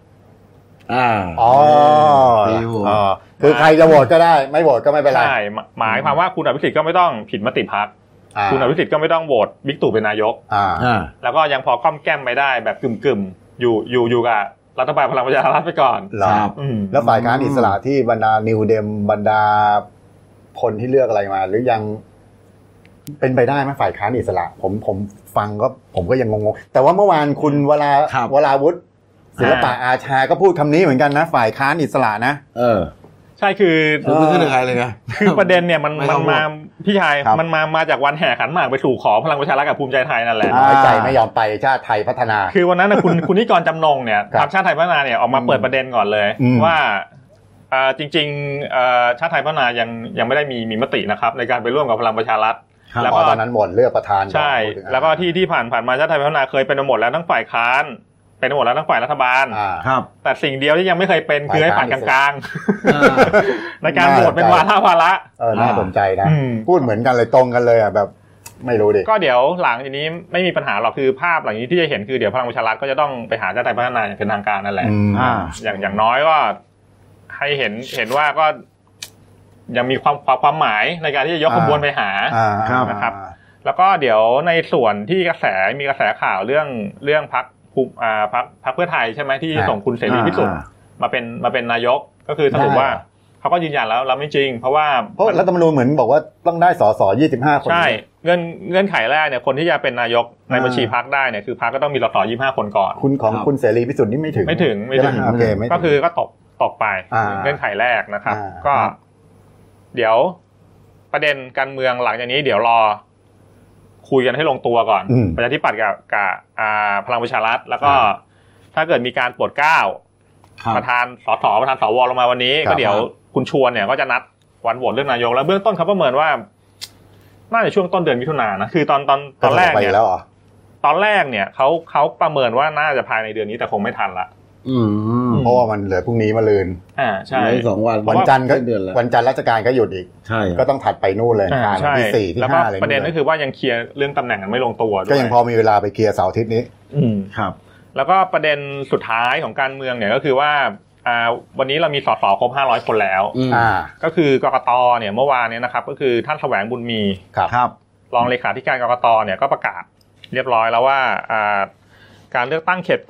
S1: คือใครจะโหวตก็ได้ไม่โหวตก็ไม่เป็นไร
S3: ใช่หมายความว่าคุณอภิสิทธิ์ก็ไม่ต้องผิดมติพรรคคุณอภิสิทธิ์ก็ไม่ต้องโหวตบิ๊กตู่เป็นนายกแล้วก็ยังพอก้อมแก้มไปได้แบบกึ่มๆอยู่กับรัฐบาลพลังประชารัฐไปก่อน
S1: ครับแล้วฝ่ายค้านอิสระที่บรรดานิวเดมบรรดาคนที่เลือกอะไรมาหรือยังเป็นไปได้ไหมฝ่ายค้านอิสระผมฟังก็ผมก็ยังงงๆแต่ว่าเมื่อวานคุณวราวุฒิศิลปะอาชาก็พูดคำนี้เหมือนกันนะฝ่ายค้านอิสระนะ
S3: ใช่คือ
S2: ไม่ขึ้นใครเลยนะ
S3: คือประเด็นเนี่ยมันมาพี่ชายมันมาจากวันแห่ขันหมากไปสู่ขอพลังประชารัฐกับภูมิใจไทยนั่นแหละ
S1: น้อยใจไม่ยอมไปชาติไทยพัฒนา
S3: คือวันนั้นนะคุณนิกรจำนงเนี่ยพรรคชาติไทยพัฒนาเนี่ยออกมาเปิดประเด็นก่อนเลยว่าจริงๆชาติไทยพัฒนายังไม่ได้มีมตินะครับในการไปร่วมกับพลังประชารัฐ
S1: แล้วก็ตอนนั้นหมดเลือกประธาน
S3: ใช่แล้วก็ที่ผ่านมาชาติไทยพัฒนาเคยเป็นหมดแล้วทั้งฝ่ายค้านเป็นหมดแล้วทั้งฝ่ายรัฐบาลแต่สิ่งเดียวที่ยังไม่เคยเป็นคือให้ฝ่ายกลางๆในการโหวตเป็นวาระ
S1: น่าสนใจนะพูดเหมือนกันเลยตรงกันเลยแบบไม่รู้ดิ
S3: ก็เดี๋ยวหลังทีนี้ไม่มีปัญหาหรอกคือภาพหลังนี้ที่จะเห็นคือเดี๋ยวพลังประชารัฐก็จะต้องไปหาชาติไทยพัฒนาอย่างเป็นทางการนั่นแหละอย่างน้อยก็ให้เห็นว่าก็ยังมีความหมายในการที่จะยกขบวนไปหานะครับแล้วก็เดี๋ยวในส่วนที่มีกระแสข่าวเรื่องพรรคเพื่อไทยใช่ไหมที่ส่งคุณเสรีพิสุทธิ์มาเป็นนายกก็คือสรุปว่าเขาก็ยืนยันแล้วเราไม่จริงเพราะ
S1: รัฐธรรมนูญเหมือนบอกว่าต้องได้สส25คน
S3: ใช่เงื่อนไขแรกเนี่ยคนที่จะเป็นนายกในบัญชีพรรคได้เนี่ยคือพรรคก็ต้องมีสส25คนก่อน
S1: คุณเสรีพิสุทธิ์นี่ไม่ถึง
S3: ก็คือก็ตกไปเงื่อนไขแรกนะครับก็เดี๋ยวประเด็นการเมืองหลังจากนี้เดี๋ยวรอคุยกันให้ลงตัวก่อนประชาธิปัตย์กับพลังประชารัฐแล้วก็ถ้าเกิดมีการโปรดเกล้าประธานประธานสวลงมาวันนี้ก็เดี๋ยวคุณชวนเนี่ยก็จะนัดวันโหวตเลือกนายกแล้วเบื้องต้นเขาประเมินว่าน่าจะช่วงต้นเดือนมิถุนายนนะคือตอนแรกเนี่ยตอนแรกเนี่ยเขาประเมินว่าน่าจะภายในเดือนนี้แต่คงไม่ทันละ
S1: เพราะว่ามันเหลือพรุ่งนี้มะรืน
S3: ใช่
S2: 2
S1: วันจันทร์ก็วันจันทร์ราชการก็หยุดอีก
S2: ใช่
S1: ก็ต้องถัดไปนู่นเลยที่4ที่5อะไร
S3: ประเด็นก็คือว่ายังเคลียร์เรื่องตำแหน่งกันไม่ลงตัว
S1: ก็ยังพอมีเวลาไปเคลียร์เสาร์อาทิตย์นี้
S3: ครับแล้วก็ประเด็นสุดท้ายของการเมืองเนี่ยก็คือว่าวันนี้เรามีสสครบ500คนแล้วก็คือกกตเนี่ยเมื่อวานนี้นะครับก็คือท่านแสวงบุญมี
S1: ครับ
S3: รองเลขาธิการกกตเนี่ยก็ประกาศเรียบร้อยแล้วว่าการเลือกตั้งเขต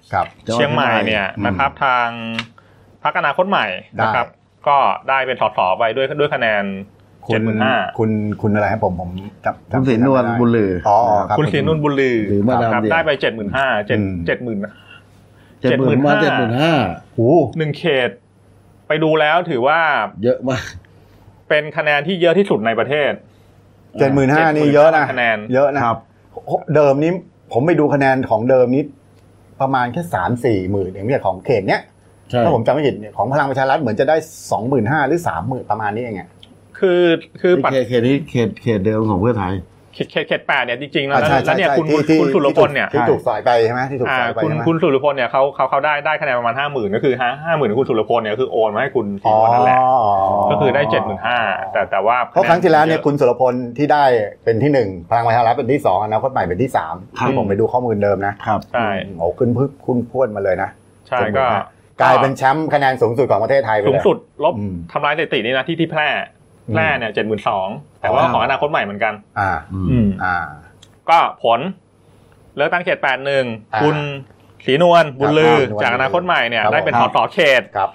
S3: 8เชียงใหม่เนี่ยนะครับทางพรรคอนาคตใหม่นะครับก็ได้เป็นสสไปด้วยคะแนน 75,000
S1: คุณอะไรครับผม
S2: คุณศรีนวลบุญลือ
S1: ครับ
S3: คุณศรีนวลบุญลือครับได้ไป 75,000
S2: 75,000โอ้
S3: 1เขตไปดูแล้วถือว่า
S2: เยอะมาก
S3: เป็นคะแนนที่เยอะที่สุดในประเทศ
S1: 75,000 นี่เยอะนะเยอะนะครับเดิมนี้ผมไปดูคะแนนของเดิมนี้ประมาณแค่ 3-4 หมื่นอย่างเงี้ยของเขตเนี้ยถ้าผมจำไม่ผิดเนี่ยของพลังประชารัฐเหมือนจะได้ 25,000 หรือ 30,000 ประมาณนี้เองอ่ะ
S3: คือ
S2: เขตนี้เขตเดิมของเพื่อไทย
S3: เขต8เนี่ยจริงๆแล้วเนี่ยคุณสุรพลเนี่ย
S1: ที่ถูกสอยไปใช่ไหมที่ถูกสอยไป
S3: คุณสุรพลเนี่ยเขาได้คะแนนประมาณ 50,000 ก็คือ 50,000 ของคุณสุรพลเนี่ยคือโอนมาให้คุณศรีนวลนั่นแหละก็คือได้ 75,000 แต่ว่า
S1: เพราะครั้งที่แล้วเนี่ยคุณสุรพลที่ได้เป็นที่1พลังประชารัฐเป็นที่2อนาคตใหม่เป็นที่3ที่ผมไปดูข้อมูลเดิมนะครับ
S3: ใช่
S1: โอ้ขึ้นพวดมาเลยนะ
S3: ใช่
S1: กลายเป็นแชมป์คะแนนสูงสุดของประเทศไทยไปเลย
S3: สูงสุดลบทำลายสถิตินี่นะที่แพร่เนี่ย 72,000 แต่ว่าของอนาคตใหม่เหมือนกันก็ผลเลือกตั้งเขต81คุณศรีนวลบุญลือจากอนาคตใหม่เนี่ยได้เป็นส.ส.เขต
S1: ครับ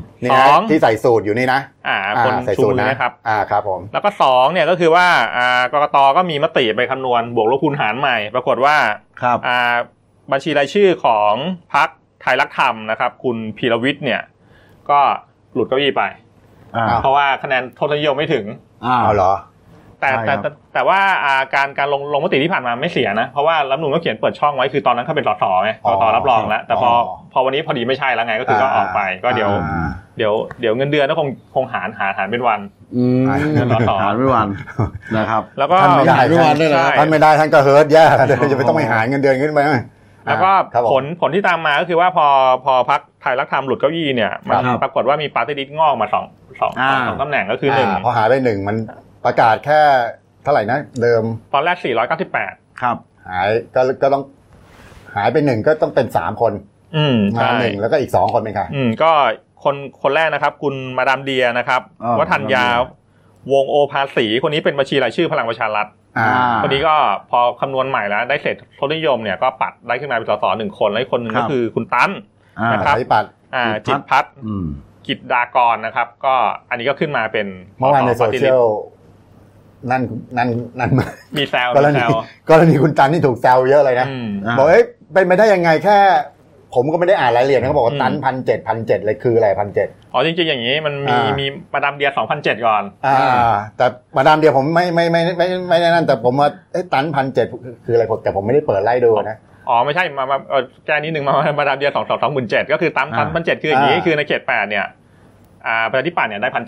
S1: 2ที่ใส่สูตรอยู่นี่นะ
S3: คนชูมือนะครับ
S1: ครับผม
S3: แล้วก็2เนี่ยก็คือว่ากกต.ก็มีมติไปคำนวณบวกลบคูณหารใหม่ปรากฏว่าบัญชีรายชื่อของพรรคไทยรักธรรมนะครับคุณพีรวิทย์เนี่ยก็หลุดเก้าอี้ไปเพราะว่าคะแนนทศนิยมไม่ถึง
S1: เหรอ
S3: แต่ว่าการลงมติที่ผ่านมาไม่เสียนะเพราะว่ารัฐธรรมนูญก็เขียนเปิดช่องไว้คือตอนนั้นเขาเป็นส.ส.ไงกกต.รับรองแล้วแต่พอวันนี้พอดีไม่ใช่แล้วไงก็คือก็ออกไปก็เดี๋ยวเงินเดือนก็คงหารเป็นวัน
S2: เงินส.ส.หารเป็นวันนะครับ
S3: แล้วก็
S1: ท่านไม่ได้ด้วยนะท่านไม่ได้ท่านก็เฮิร์ตแย่จะไม่ต้องไปหารเงินเดือนขึ้นไป
S3: แล้วก็ผลที่ตามมาก็คือว่าพอพรรคไทยรักธรรมหลุดเก้าอี้เนี่ยมันปรากฏว่ามีปาร์ตี้ลิสต์งอกมา2ตำแหน่งก็คือ1
S1: พอหายไป1มันประกาศแค่เท่าไหร่นะเดิม
S3: ตอนแรก498
S1: ครับหายก็ต้องหายไป1ก็ต้องเป็น3คนมา1แล้วก็อีก2คนเป็นใคร
S3: ก็คนแรกนะครับคุณมาดามเดียนะครับวทัญญาวงโอภาสีคนนี้เป็นบัญชีรายชื่อพลังประชารัฐคนนี้ก็พอคำนวณใหม่แล้วได้เศษทศนิยมเนี่ยก็ปัดได้ขึ้นมาเป็นส.ส. 1คนแล้วอีกคนนึงก็คือคุณตั้นนะครับจิตพัฒน์กิจดากรนะครับก็อันนี้ก็ขึ้นมาเป็น
S1: เมื่อวานในโซเชียลนั่น
S3: มีแซว
S1: กรณีคุณตันที่ถูกแซวเยอะเลยนะบอกเป็นไปได้ยังไงแค่ผมก็ไม่ได้อ่านรายละเอียดนะเขาบอกว่าตัน 1,700 เลยคืออะไร 1,700
S3: อ๋อจริงๆอย่างนี้มันมีมาดามเดีย 2,700 ก่อน
S1: แต่มาดามเดียผมไม่ได้นั่นแต่ผมว่าตัน 1,700 คืออะไรแต่ผมไม่ได้เปิดไล่ดูนะ
S3: อ๋อไม่ใช่มาแก้นิดนึงมาดามเดีย 27,000 ก็คือตัน 1,700 คืออย่างนี้คือในเขต8เนี่ยประชาธิปัตย์เนี่ยได้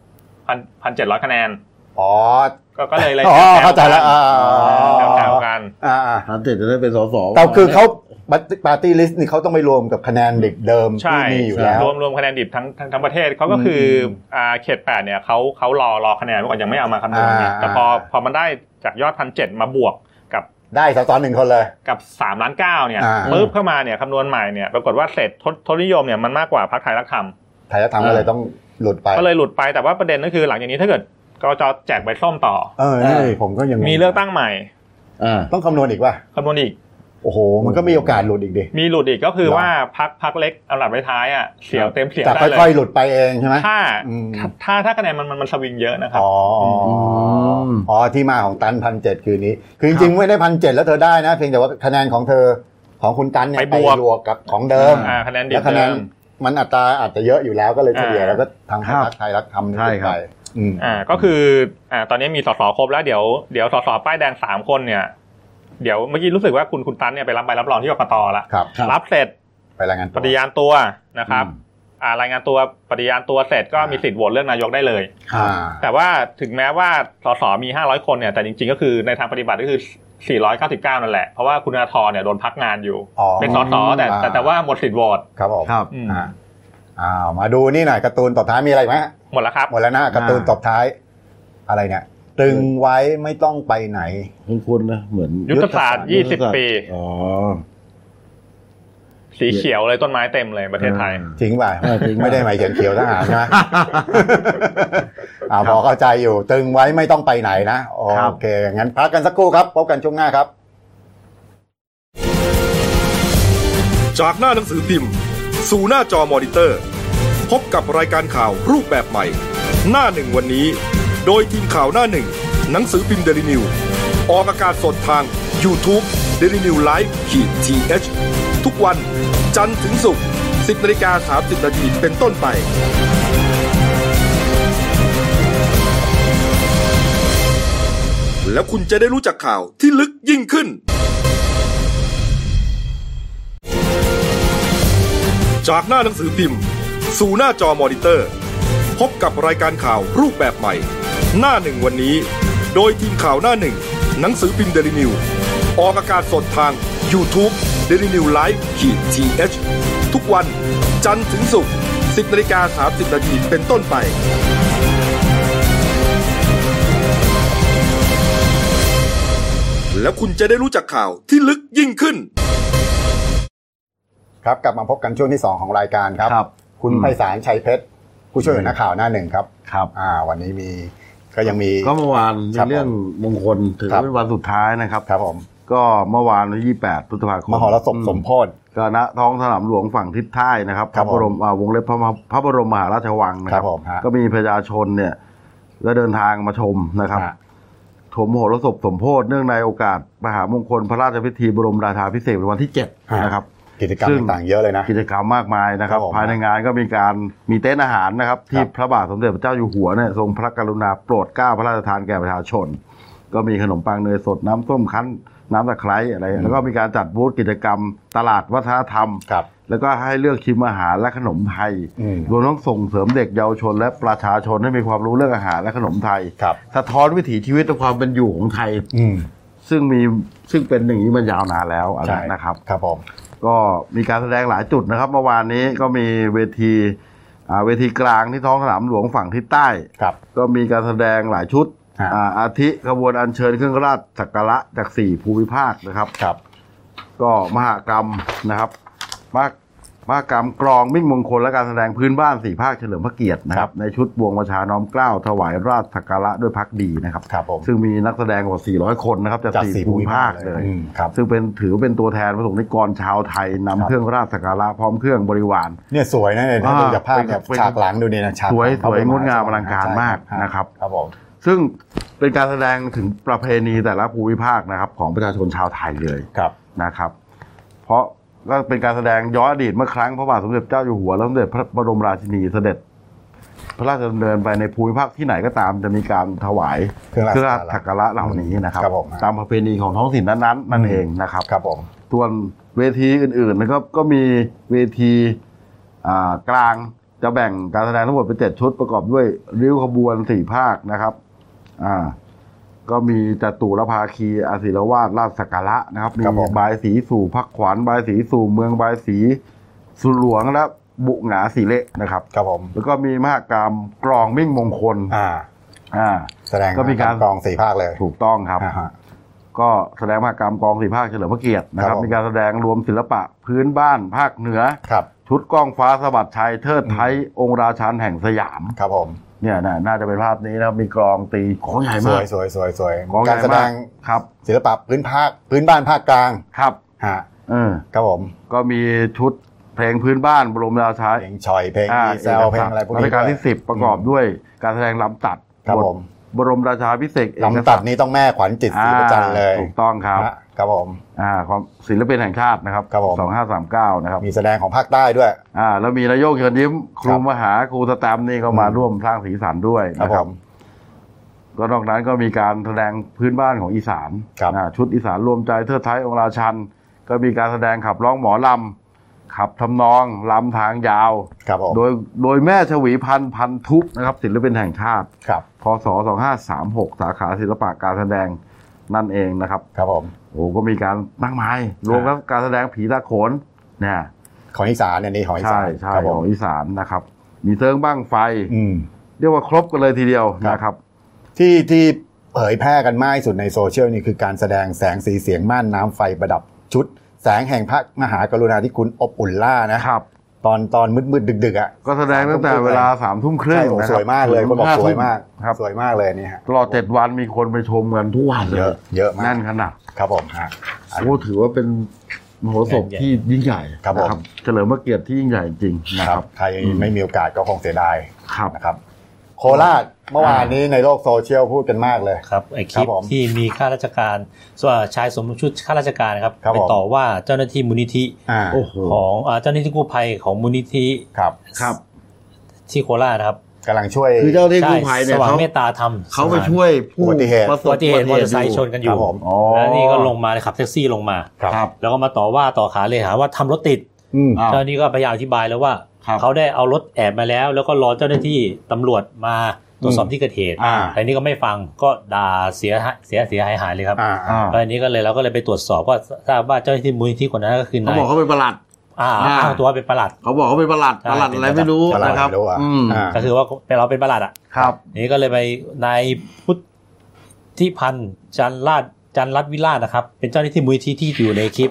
S3: 1,700 คะแนน
S1: อ๋อ
S3: ก็เลย
S1: เข้าใจแล้ว
S3: แถวกัน
S2: 1,700จะได้เป็นส.ส.
S1: แต่คือเขาปาร์ตี้ลิสต์นี่เขาต้องไปรวมกับคะแนนดิบเดิมที่มีอยู่แล้ว
S3: รวมคะแนนดิบทั้งประเทศเขาก็คือเขต8เนี่ยเขารอคะแนนไว้ก่อนยังไม่เอามาคำนวณเนี่ยแต่พอมันได้จากยอด 1,700 มาบวกกับ
S1: ได้ส.ส.1คนเลย
S3: กับ3.9 ล้านเนี่ยปึ๊บเข้ามาเนี่ยคำนวณใหม่เนี่ยปรากฏว่าเศษทศนิยมเนี่ยมันมากกว่าพรรคไทยรักธรรม
S1: ก็เลยต้องหลุดไป
S3: ก็เลยหลุดไปแต่ว่าประเด็นก็คือหลังจากนี้ถ้าเกิดกจ.แจกใบส้มต่อ
S1: ผมก็ยัง
S3: มีเลือกตั้งใหม่
S1: ต้องคำนวณอีกป่ะ
S3: คำนวณอีก
S1: โอ้โหมันก็มีโอกาสหลุดอีกดิ
S3: มีหลุดอีกก็คือว่าพรรคเล็กอันดับท้ายเสียวเต็มเสียว
S1: ได้เลยค่อยๆหลุดไปเองใช่ไหม
S3: ถ้าคะแนนมันสวิงเยอะนะครับ
S1: อ๋อที่มาของตัน 1,700 คือนี้คือจริงๆไม่ได้ 1,700 แล้วเธอได้นะเพียงแต่ว่าคะแนนของเธอของคุณตันเนี่ยไปบวกกับของเดิม
S3: คะแนนดิบ
S1: มันอัตราอาจจะเยอะอยู่แล้วก็เลยเฉลี่ยแล้วก็ทางพรรคไทยรักธรรมนี่ไป
S3: ก็คือตอนนี้มีส.ส.ครบแล้วเดี๋ยวส.ส.ป้ายแดง3คนเนี่ยเดี๋ยวเมื่อกี้รู้สึกว่าคุณตันเนี่ยไปรับใบรับรองที่กกต.แล้วรับเสร็จ
S1: ไปรายงาน
S3: ปฏิญาณตัวนะครับรายงานตัวปฏิญาณตัวเสร็จก็มีสิทธิ์โหวตเลือกนายกได้เลยแต่ว่าถึงแม้ว่าส.ส.มี500คนเนี่ยแต่จริงๆก็คือในทางปฏิบัติก็คือ499นั่นแหละเพราะว่าคุณธนาธรเนี่ยโดนพักงานอยู่เป็นส.ส.แต่ว่าหมดสิทธิ์โหวต
S1: ครับผมมาดูนี่หน่อยการ์ตูนตบท้ายมีอะไรไหม
S3: หมดแล้วครับ
S1: หมดแล้วนะการ์ตูนตบท้ายอะไรเนี่ยตึงไว้ไม่ต้องไปไหน
S2: คุ้นๆนะเหมือน
S3: ยุทธศาสตร์20 ปีสีเขียวเลยต้นไม้เต็มเลยประเทศไทย
S1: จริงป่ะไม่ได้หมายเขียวทหารใช่ไหมพอเข้าใจอยู่ตึงไว้ไม่ต้องไปไหนนะโอเคงั้นพักกันสักครู่ครับพบกันช่วงหน้าครับ
S4: จากหน้าหนังสือพิมพ์สู่หน้าจอมอนิเตอร์พบกับรายการข่าวรูปแบบใหม่หน้าหนึ่งวันนี้โดยทีมข่าวหน้าหนึ่งหนังสือพิมพ์ Daily News ออกอากาศสดทาง YouTube Daily News Live-TH ทุกวันจันทร์ถึงศุกร์ 10:30 น.เป็นต้นไปแล้วคุณจะได้รู้จักข่าวที่ลึกยิ่งขึ้นจากหน้าหนังสือพิมพ์สู่หน้าจอมอนิเตอร์พบกับรายการข่าวรูปแบบใหม่หน้าหนึ่งวันนี้โดยทีมข่าวหน้าหนึ่งหนังสือพิมพ์ Daily News ออกอากาศสดทาง YouTube Daily News Live-TH ทุกวันจันทร์ถึงศุกร์ 10:30 น.เป็นต้นไปแล้วคุณจะได้รู้จักข่าวที่ลึกยิ่งขึ้น
S1: ครับกลับมาพบกันช่วงที่2ของรายการครับคุณไพศาลชัยเพชรผู้ช่วยนักข่าวหน้าหนึ่งครับวันนี้ก็ยังมี
S2: ก็เมื่อวานมีเรื่องมงคลถือเป็นวันสุดท้ายนะครับ
S1: ครับผม
S2: ก็เมื่อวานที่28พฤษภาคม
S1: มหรสพสมโพธิ
S2: ก็ณท้องสนามหลวงฝั่งทิศใต้นะครับพระบรมวงเล็บพระบรมมหาราชวังนะครับก็มีประชาชนเนี่ยก็เดินทางมาชมนะครับชมมหรสพสมโพธิเนื่องในโอกาสมหามงคลพระราชพิธีบรมราชาภิเษกในวันที่7นะครับ
S1: กิจกรรมต่างๆเยอะเลยนะ
S2: กิจกรรมมากมายนะครับภายในงานก็มีเต็นท์อาหารนะครับที่พระบาทสมเด็จพระเจ้าอยู่หัวเนี่ยทรงพระกรุณาโปรดเกล้าพระราชทานแก่ประชาชนก็มีขนมปังเนยสดน้ำส้มคั้นน้ำตะไคร้อะไรแล้วก็มีการจัดบูธกิจกรรมตลาดวัฒนธรรมแล้วก็ให้เลือกชิมอาหารและขนมไทยรวมทั้งส่งเสริมเด็กเยาวชนและประชาชนให้มีความรู้เรื่องอาหารและขนมไทยสะท้อนวิถีชีวิตและความเป็นอยู่ของไทยซึ่งเป็นอย่างนี้มันยาวนานแล้วนะครับ
S1: ครับผม
S2: ก็มีการแสดงหลายจุดนะครับเมื่อวานนี้ก็มีเวทีกลางที่ท้องสนามหลวงฝั่งทิศใต้ก็มีการแสดงหลายชุดอาทิขบวนอัญเชิญเครื่องราชสักการะจาก4ภูมิภาคนะครับก็มหกรรมนะครับมหกรรมกลองมิ่งมงคลและการแสดงพื้นบ้าน4ภาคเฉลิมพระเกียรตินะครับในชุดบวงประชาน้อมเกล้าถวายราชสักการะด้วยภักดีนะครับซึ่งมีนักแสดงกว่า400คนนะครับจาก4ภูมิภาคเลยซึ่งถือเป็นตัวแทนประสงค์นิกรชาวไทยนำเครื่องราชสักการะพร้อมเครื่องบริวาร
S1: เนี่ยสวยนะเนี่ยดูจากภาพแบบฉากหลังดูเนี่ยฉาก
S2: สวยงดงามอลังการมากนะครับซึ่งเป็นการแสดงถึงประเพณีแต่ละภูมิภาคนะครับของประชาชนชาวไทยเลยนะครับเพราะก็เป็นการแสดงย้อนอดีตเมื่อครั้งพระบาทสมเด็จเจ้าอยู่หัวและสมเด็จพระบรมราชินีเสด็จพระราชดำเนินไปในภูมิภาคที่ไหนก็ตามจะมีการถวายเครื่องราชสักการะเหล่านี้นะครับตามประเพณีของท้องถิ่นนั้นๆนั่นเองนะครับส่วนเวทีอื่นๆนะครับก็มีเวทีกลางจะแบ่งการแสดงทั้งหมดเป็น7ชุดประกอบด้วยริ้วขบวน4ภาคนะครับก็มีจตุรภาคีอาศิรวาสราชสักการะนะครับมีบายสีสู่พักขวัญบายสีสู่เมืองบายสีสุหลวงและบุหงาสีเละนะครับแล้วก็มีมหกรรมกลองมิ่งมงคล
S1: แสดงก็มีการกลอง4ภาคเลย
S2: ถูกต้องครับก็แสดงมหกรรมกลอง4ภาคเฉลิมพระเกียรตินะครับมีการแสดงรวมศิลปะพื้นบ้านภาคเหนือชุดก้องฟ้าสะบัดชัยเทิดไทยองค์ราชันแห่งสยาม
S1: ครับผม
S2: เนี่ยน่าจะเป็นภาพนี้นะครับมีกลองตีของใหญ่มาก
S1: สวยการแสดงครับศิลปะพื้นบ้านภาคกลาง
S2: ครับ
S1: ครับผม
S2: ก็มีชุดเพลงพื้นบ้านบรมราชา
S1: เพลงชอยเพลงอีเซลเพลงอะไรพวกนี้
S2: รายการที่10ประกอบด้วยการแสดงลำตัด
S1: ครับผม
S2: บรมราชาภิเษก
S1: ลำตัดนี้ต้องแม่ขวัญจิตศรีประจันทร์เลย
S2: ถูกต้องครับ
S1: ครับผม
S2: ของศิลปินแห่งชาตินะครับ2539นะครับ
S1: มีแสดงของภาคใต้ด้วย
S2: แล้วมีนายกเชิญยิ้มครูมหาครูสแตมป์นี่ก็มาร่วมสร้างสีสันด้วยนะครับก็นอกนั้นก็มีการแสดงพื้นบ้านของอีสานชุดอีสานรวมใจเทิดไทยองค์ราชันก็มีการแสดงขับร้องหมอลำขับทำนองลำทางยาวโดยแม่ชวีพันทุบนะครับศิลปินแห่งชาติพ.ศ. 2536สาขาศิลปะการแสดงนั่นเองนะครับ
S1: ครับผม
S2: ก็มีการมากมายรวมทั้งการแสดงผีตาโขนเนี่ย
S1: ของอีสานนี่ของอีสาน
S2: ใช่ของอีสานนะครับมีเซิงบ้างไฟเรียกว่าครบกันเลยทีเดียวนะครับ
S1: ที่เผยแพร่กันมากที่สุดในโซเชียลนี่คือการแสดงแสงสีเสียงม่านน้ำไฟประดับชุดแสงแห่งพระมหากรุณาธิคุณอบอุ่นล่านะครับตอนมืดดึก
S2: ก็แสดงตั้งแต่เวลา 3:30 น
S1: สวยมากเลยคนบอกสวยมากสวยมากเลยนี่ฮะ
S2: ตลอด7วันมีคนไปชมกันทุกวันเลย
S1: เยอะมาก
S2: แน่นขนาด
S1: ครับผม
S2: ถือว่าเป็นมโหสถที่ยิ่งใหญ่นะครับเฉลิมพระเกียรติที่ยิ่งใหญ่จริงนะครับ
S1: ใครไม่มีโอกาสก็คงเสียดายนะครับโคราชเมื่อวานนี้ในโลกโซเชียลพูดกันมากเลย
S5: ครับไอ้คลิปที่มีข้าราชการชายสวมชุดข้าราชการครับไปต่อว่าเจ้าหน้าที่มูลนิธิของเจ้าหน้าที่กู้ภัยของมูลนิธิ
S2: ครับ
S5: ที่โคราชนะครับ
S1: กำลังช่วย
S2: คือเจ้าหน้าที่กู้ภัยเนี่ย
S5: สว่างเมตตาธรรม
S2: เขาไปช่วยผู้
S1: อุบัติเหตุ
S5: มอเตอร์ไซค์ชนกันอยู่แล้วนี่ก็ลงมาขับแท็กซี่ลงมาแล้วก็มาต่อว่าต่อขาเลยหาว่าทำรถติดเจ้าหน้าที่ก็พยายามอธิบายแล้วว่าเขาได้เอารถแอบมาแล้วก็รอเจ้าหน้าที่ตำรวจมาตรวจสอบที่เกิดเหตุแต่นี้ก็ไม่ฟังก็ด่าเสียหายเลยครับแล้วอันนี้ก็เลยเราก็เลยไปตรวจสอบก็ทราบว่าเจ้าหน้าที่มูลนิธิคนนั้นก็คือนาย
S2: เขาบอกเขาเป็นปลัด
S5: อ้างตัวเป็นปลัด
S2: เขาบอกเขาเป็นปลัดอะไรไม่รู้นะครับ
S5: ก็คือว่าเราเป็นปลัด
S2: ครับ
S5: นี่ก็เลยไปนายพุทธิพันธ์จันรัตน์วิราชนะครับเป็นเจ้าหน้าที่มูลนิธิที่อยู่ในคลิป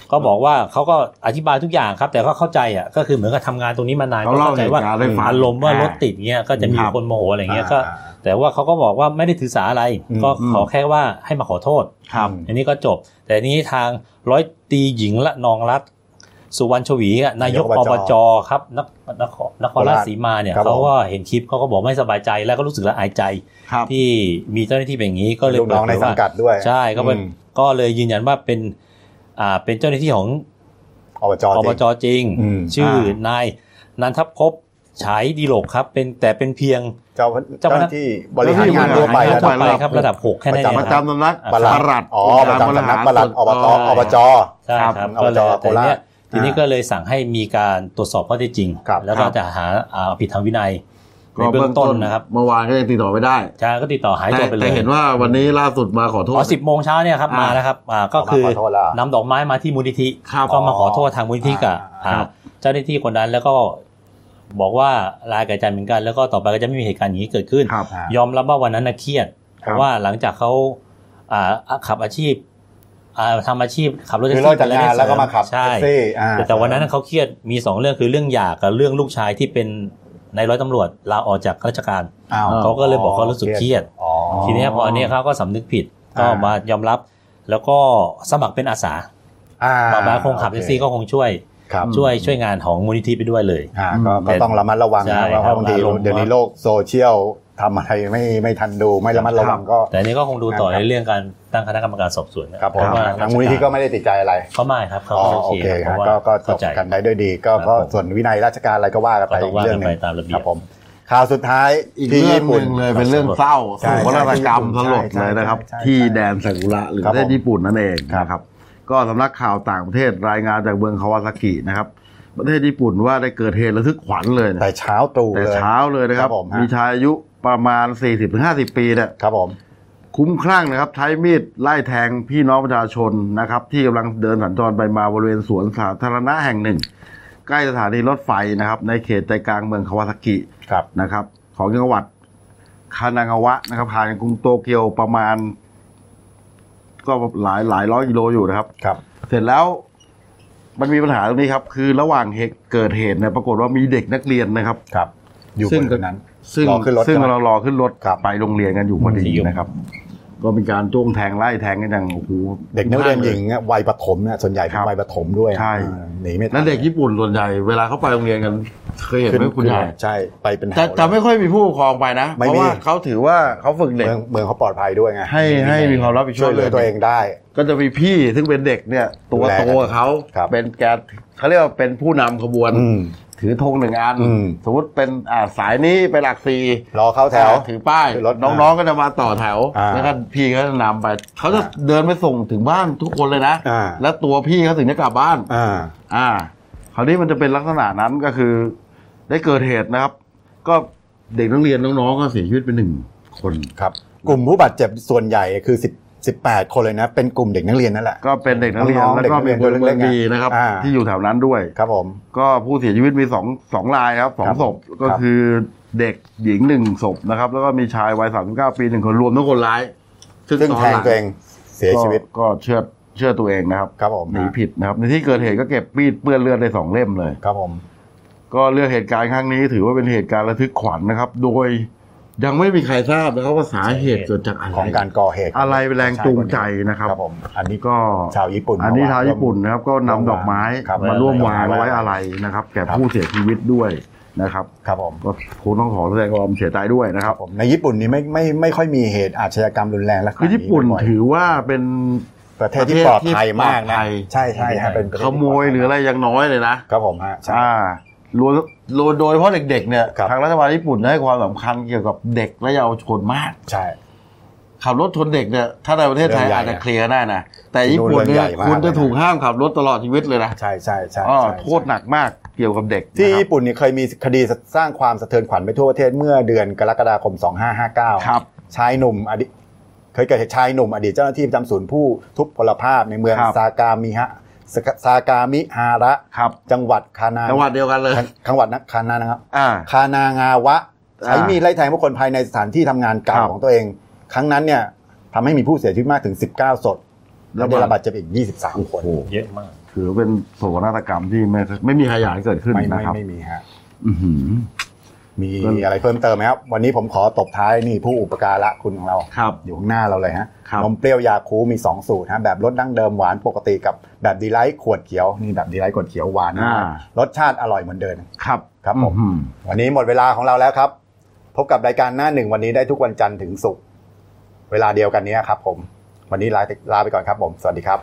S5: ก็บอกว่าเขาก็อธิบายทุกอย่างครับแต่ก็เข้าใจอ่ะก็คือเหมือนกับทำงานตรงนี้มานานก็เข้าใจว่าอารมณ์ว่ารถติดเงี้ยก็จะมีคนโมโหอะไรเงี้ยก็แต่ว่าเขาก็บอกว่าไม่ได้ถือสาอะไรก็ขอแค่ว่าให้มาขอโทษอันนี้ก็จบแต่นี้ทางร้อยตรีหญิงละนองรัตน์สุวรรณชวีนายกอบจครับนครราชสีมาเนี่ยเขาก็เห็นคลิปเขาก็บอกไม่สบายใจแล้วก็รู้สึกละอายใจที่มีเจ้าหน้าที่เป็นอย่างนี้ก็เลย
S1: ลูกน้องในสังกัดด้วย
S5: ใช่ก็เลยยืนยันว่าเป็นเจ้าหน้าที่ของอบจจริงชื่อนายนันทภพฉายดีโลกครับเป็นเพียง
S1: เจ้าหน้าที่บริหารงานทั่วไป
S5: ครับระดับ6แค่นั้นเอง
S2: ประจำสำนักปลัด
S1: ประจำสำนักปลัดอบจ
S5: ใช่ครับก็เลยโคราชทีนี้ก็เลยสั่งให้มีการตรวจสอบข้อเท็จจริงแล้วก็จะหาผิดทางวินัยในเบื้องต้นนะครับ
S2: เมื่อวานก็ยังติดต่อไม่ได้
S5: ใช่ก็ติดต่อหายตัวไปเลย
S2: แต่เห็นว่าวันนี้ล่าสุดมาขอโทษ
S5: 10 โมงเช้าเนี่ยครับมาแล้วครับก็คือนำดอกไม้มาที่มูลนิธิก็มาขอโทษทางมูลนิธิกับเจ้าหน้าที่คนนั้นแล้วก็บอกว่าลายกับใจเหมือนกันแล้วก็ต่อไปก็จะไม่มีเหตุการณ์อย่างนี้เกิดขึ้นยอมรับว่าวันนั้นเครียดเพราะว่าหลังจากเขาขับอาชีพทำอาชีพขับรถแท็กซี่กัน
S1: แล้วก็มาขับ
S5: แท็กซี่แต่วันนั้นเขาเครียดมี2เรื่องคือเรื่องหย่ากับเรื่องลูกชายที่เป็นนายร้อยตำรวจลาออกจากราชการเขาก็เลยบอกเขารู้สึกเครียดทีนี้พออันนี้เขาก็สำนึกผิดก็มายอมรับแล้วก็สมัครเป็นอาสาต่อมาคงขับแท็กซี่ก็คงช่วยงานของมูลนิธิไปด้วยเลย
S1: ก็ต้องระมัดระวังนะเพราะบางทีเดี๋ยวนี้โลกโซเชียลทำอะไรไม่ทันดูไม่ระมัดระวังก็
S5: แต่นี้ก็คงดูต่อในเรื่องการตั้งคณะกรรมการสอบสวน
S1: ครับเพราะว่าทางมูลนิธิก็ไม่ได้ติดใจอะไร
S5: เขาไม่ครับเขาโอเค
S1: ก็จบกันได้ด้วยดีก็ส่วนวินัยราชการอะไรก็ว่ากันไปเรื่องนึงครับผมข่าวสุดท้าย
S2: ที่ญี่ปุ่นเลยเป็นเรื่องเศร้าโศกนาฏกรรมสลดเลยนะครับที่แดนซากุระหรือประเทศญี่ปุ่นนั่นเองนะครับก็สำนักข่าวต่างประเทศรายงานจากเมืองคาวาซากินะครับประเทศญี่ปุ่นว่าได้เกิดเหตุระทึกขวัญเลย
S1: แต่เช้าตรู่
S2: เลยนะครับมีชายอายุประมาณ 40-50 ปีเนี่ย
S1: ครับผม
S2: คุ้มคลั่งนะครับใช้มีดไล่แทงพี่น้องประชาชนนะครับที่กำลังเดินสัญจรไปมาบริเวณสวนสาธารณะแห่งหนึ่งใกล้สถานีรถไฟนะครับในเขตใจกลางเมืองคาวาซากินะครับของจังหวัดคานางาวะนะครับห่างจากกรุงโตเกียวประมาณก็หลายร้อยกิโลอยู่นะครับเสร็จแล้วมันมีปัญหาตรงนี้ครับคือระหว่างเกิดเหตุเนี่ยปรากฏว่ามีเด็กนักเรียนนะครับ
S1: อยู่บนนั้น
S2: ซึ่งเรารอขึ้นรถไปโรงเรียนกันอยู่พอดีนะครับก็มีการจ้วงแทงไล่แทงกันอย่างโอ้โห
S1: เด็กนักเรียนหญิงวัยประถมเนี่ยส่วนใหญ่เป็นวัยประถมด้วย
S2: ใช่
S1: หนีไม่ทัน
S2: แล้วเด็กญี่ปุ่นส่วนใหญ่เวลาเขาไปโรงเรียนกันเคยเห็นไหมคุณยาย
S1: ใช่ไปเป็น
S2: แต่ไม่ค่อยมีผู้ปกครองไปนะเพราะว่าเขาถือว่าเขาฝึกเด็ก
S1: เมืองเขาปลอดภัยด้วยไง
S2: ให้มีความรับผิดชอบ
S1: ตัวเองได้
S2: ก็จะมีพี่ซึ่งเป็นเด็กเนี่ยตัวโตกับเขาเป็นแกเขาเรียกว่าเป็นผู้นำขบวนถือธง1 อันสมมติเป็นสายนี้ไปหลัก4
S1: รอเข้าแถว
S2: ถือป้ายน้องๆก็จะมาต่อแถวแล้วก็พี่ก็จะนำไปเขาจะเดินไปส่งถึงบ้านทุกคนเลยนะแล้วตัวพี่เขาถึงจะกลับบ้านคราวนี้มันจะเป็นลักษณะนั้นก็คือได้เกิดเหตุนะครับก็เด็กนักเรียนน้องๆก็เสียชีวิตไป1 คน
S1: ครับกลุ่มผู้บาดเจ็บส่วนใหญ่คือ18 คนเลยนะเป็นกลุ่มเด็กนักเรียนนั่นแหละ
S2: ก็เป็นเด็กนักเรียนแล้วก็มีพลเมืองดีนะครับที่อยู่แถวนั้นด้วย
S1: ครับผม
S2: ก็ผู้เสียชีวิตมี2 รายครับ2 ศพก็คือเด็กหญิง1 ศพนะครับแล้วก็มีชายวัย39 ปี 1 คนรวมทั้งคนร้าย
S1: ซึ่งแทงตัวเองเสียชีวิต
S2: ก็เชื่อตัวเองนะครับ
S1: ครับผม
S2: หนีผิดนะครับในที่เกิดเหตุก็เก็บมีดเปื้อนเลือดได้2 เล่มเลย
S1: ครับผม
S2: ก็เรื่องเหตุการณ์ครั้งนี้ถือว่าเป็นเหตุการณ์ระทึกขวัญนะครับโดยยังไม่มีใครทราบนะครับว่าสาเหตุเกิดจากอะไร
S1: ของการก่อเหตุ
S2: อะไรเป็นแรงจูงใจนะครับ
S1: ผมอันนี้ก็ชาวญี่ปุ่น
S2: นะครับก็นำดอกไม้มาร่วมวางไว้อะไรนะครับแก่ผู้เสียชีวิตด้วยนะครับ
S1: ครับผม
S2: ก็คงต้องขอแสดงความเสียใจด้วยนะครับ
S1: ในญี่ปุ่นนี้ไม่ค่อยมีเหตุอาชญากรรมรุนแรงแล้ว
S2: คือญี่ปุ่นถือว่าเป็น
S1: ประเทศที่ปลอดภัยมากนะใช่ๆเป็น
S2: ขโมยหรืออะไรยังน้อยเลยนะครับ
S1: ผมฮะ
S2: โดยเฉพาะเด็กๆเนี่ยทางรัฐบาลญี่ปุ่นให้ความสำคัญเกี่ยวกับเด็กและเยาวชนมาก
S1: ใช่
S2: ขับรถชนเด็กเนี่ยถ้าในประเทศไทยอาจจะเคลียร์ได้นะแต่ญี่ปุ่นเนี่ยคุณจะถูกห้ามขับรถตลอดชีวิตเลยนะ
S1: ใช่
S2: โทษหนักมากเกี่ยวกับเด็ก
S1: ที่ญี่ปุ่นเนี่ยเคยมีคดีสร้างความสะเทือนขวัญไปทั่วประเทศเมื่อเดือนกรกฎาคม2559
S2: ครับ
S1: ชายหนุ่มเคยเกิดเหตุชายหนุ่มอดีตเจ้าหน้าที่ประจำศูนย์ผู้ทุพพลภาพในเมืองซากามิฮาระจังหวัดคานา
S2: จังหวัดเดียวกันเลย
S1: จังหวัดคานานะครับคานางาวะใช้มีดไล่แทงผู้คนภายในสถานที่ทำงานเก่าของตัวเองครั้งนั้นเนี่ยทำให้มีผู้เสียชีวิตมากถึง19 ศพและได้รับบาดเจ็บอีก23 คน
S5: เยอะมาก
S2: ถือเป็นโศกนาฏกรรมที่ไม่มีใครอยากให้เกิดขึ้นนะครับ
S1: ไม่มีฮะมีอะไรเพิ่มเติมไหมครับวันนี้ผมขอตบท้ายนี่ผู้อุปการะคุณของเราอยู่ข้างหน้าเราเลยฮะนมเปรี้ยวยาคูมี2สูตรฮะแบบรสดั้งเดิมหวานปกติกับแบบดีไลท์ขวดเขียวนี่แบบดีไลท์ขวดเขียวหวานรสชาติอร่อยเหมือนเดิมครับผมวันนี้หมดเวลาของเราแล้วครับพบกับรายการหน้าหนึ่งวันนี้ได้ทุกวันจันทร์ถึงศุกร์เวลาเดียวกันนี้ครับผมวันนี้ลาไปก่อนครับผมสวัสดีครับ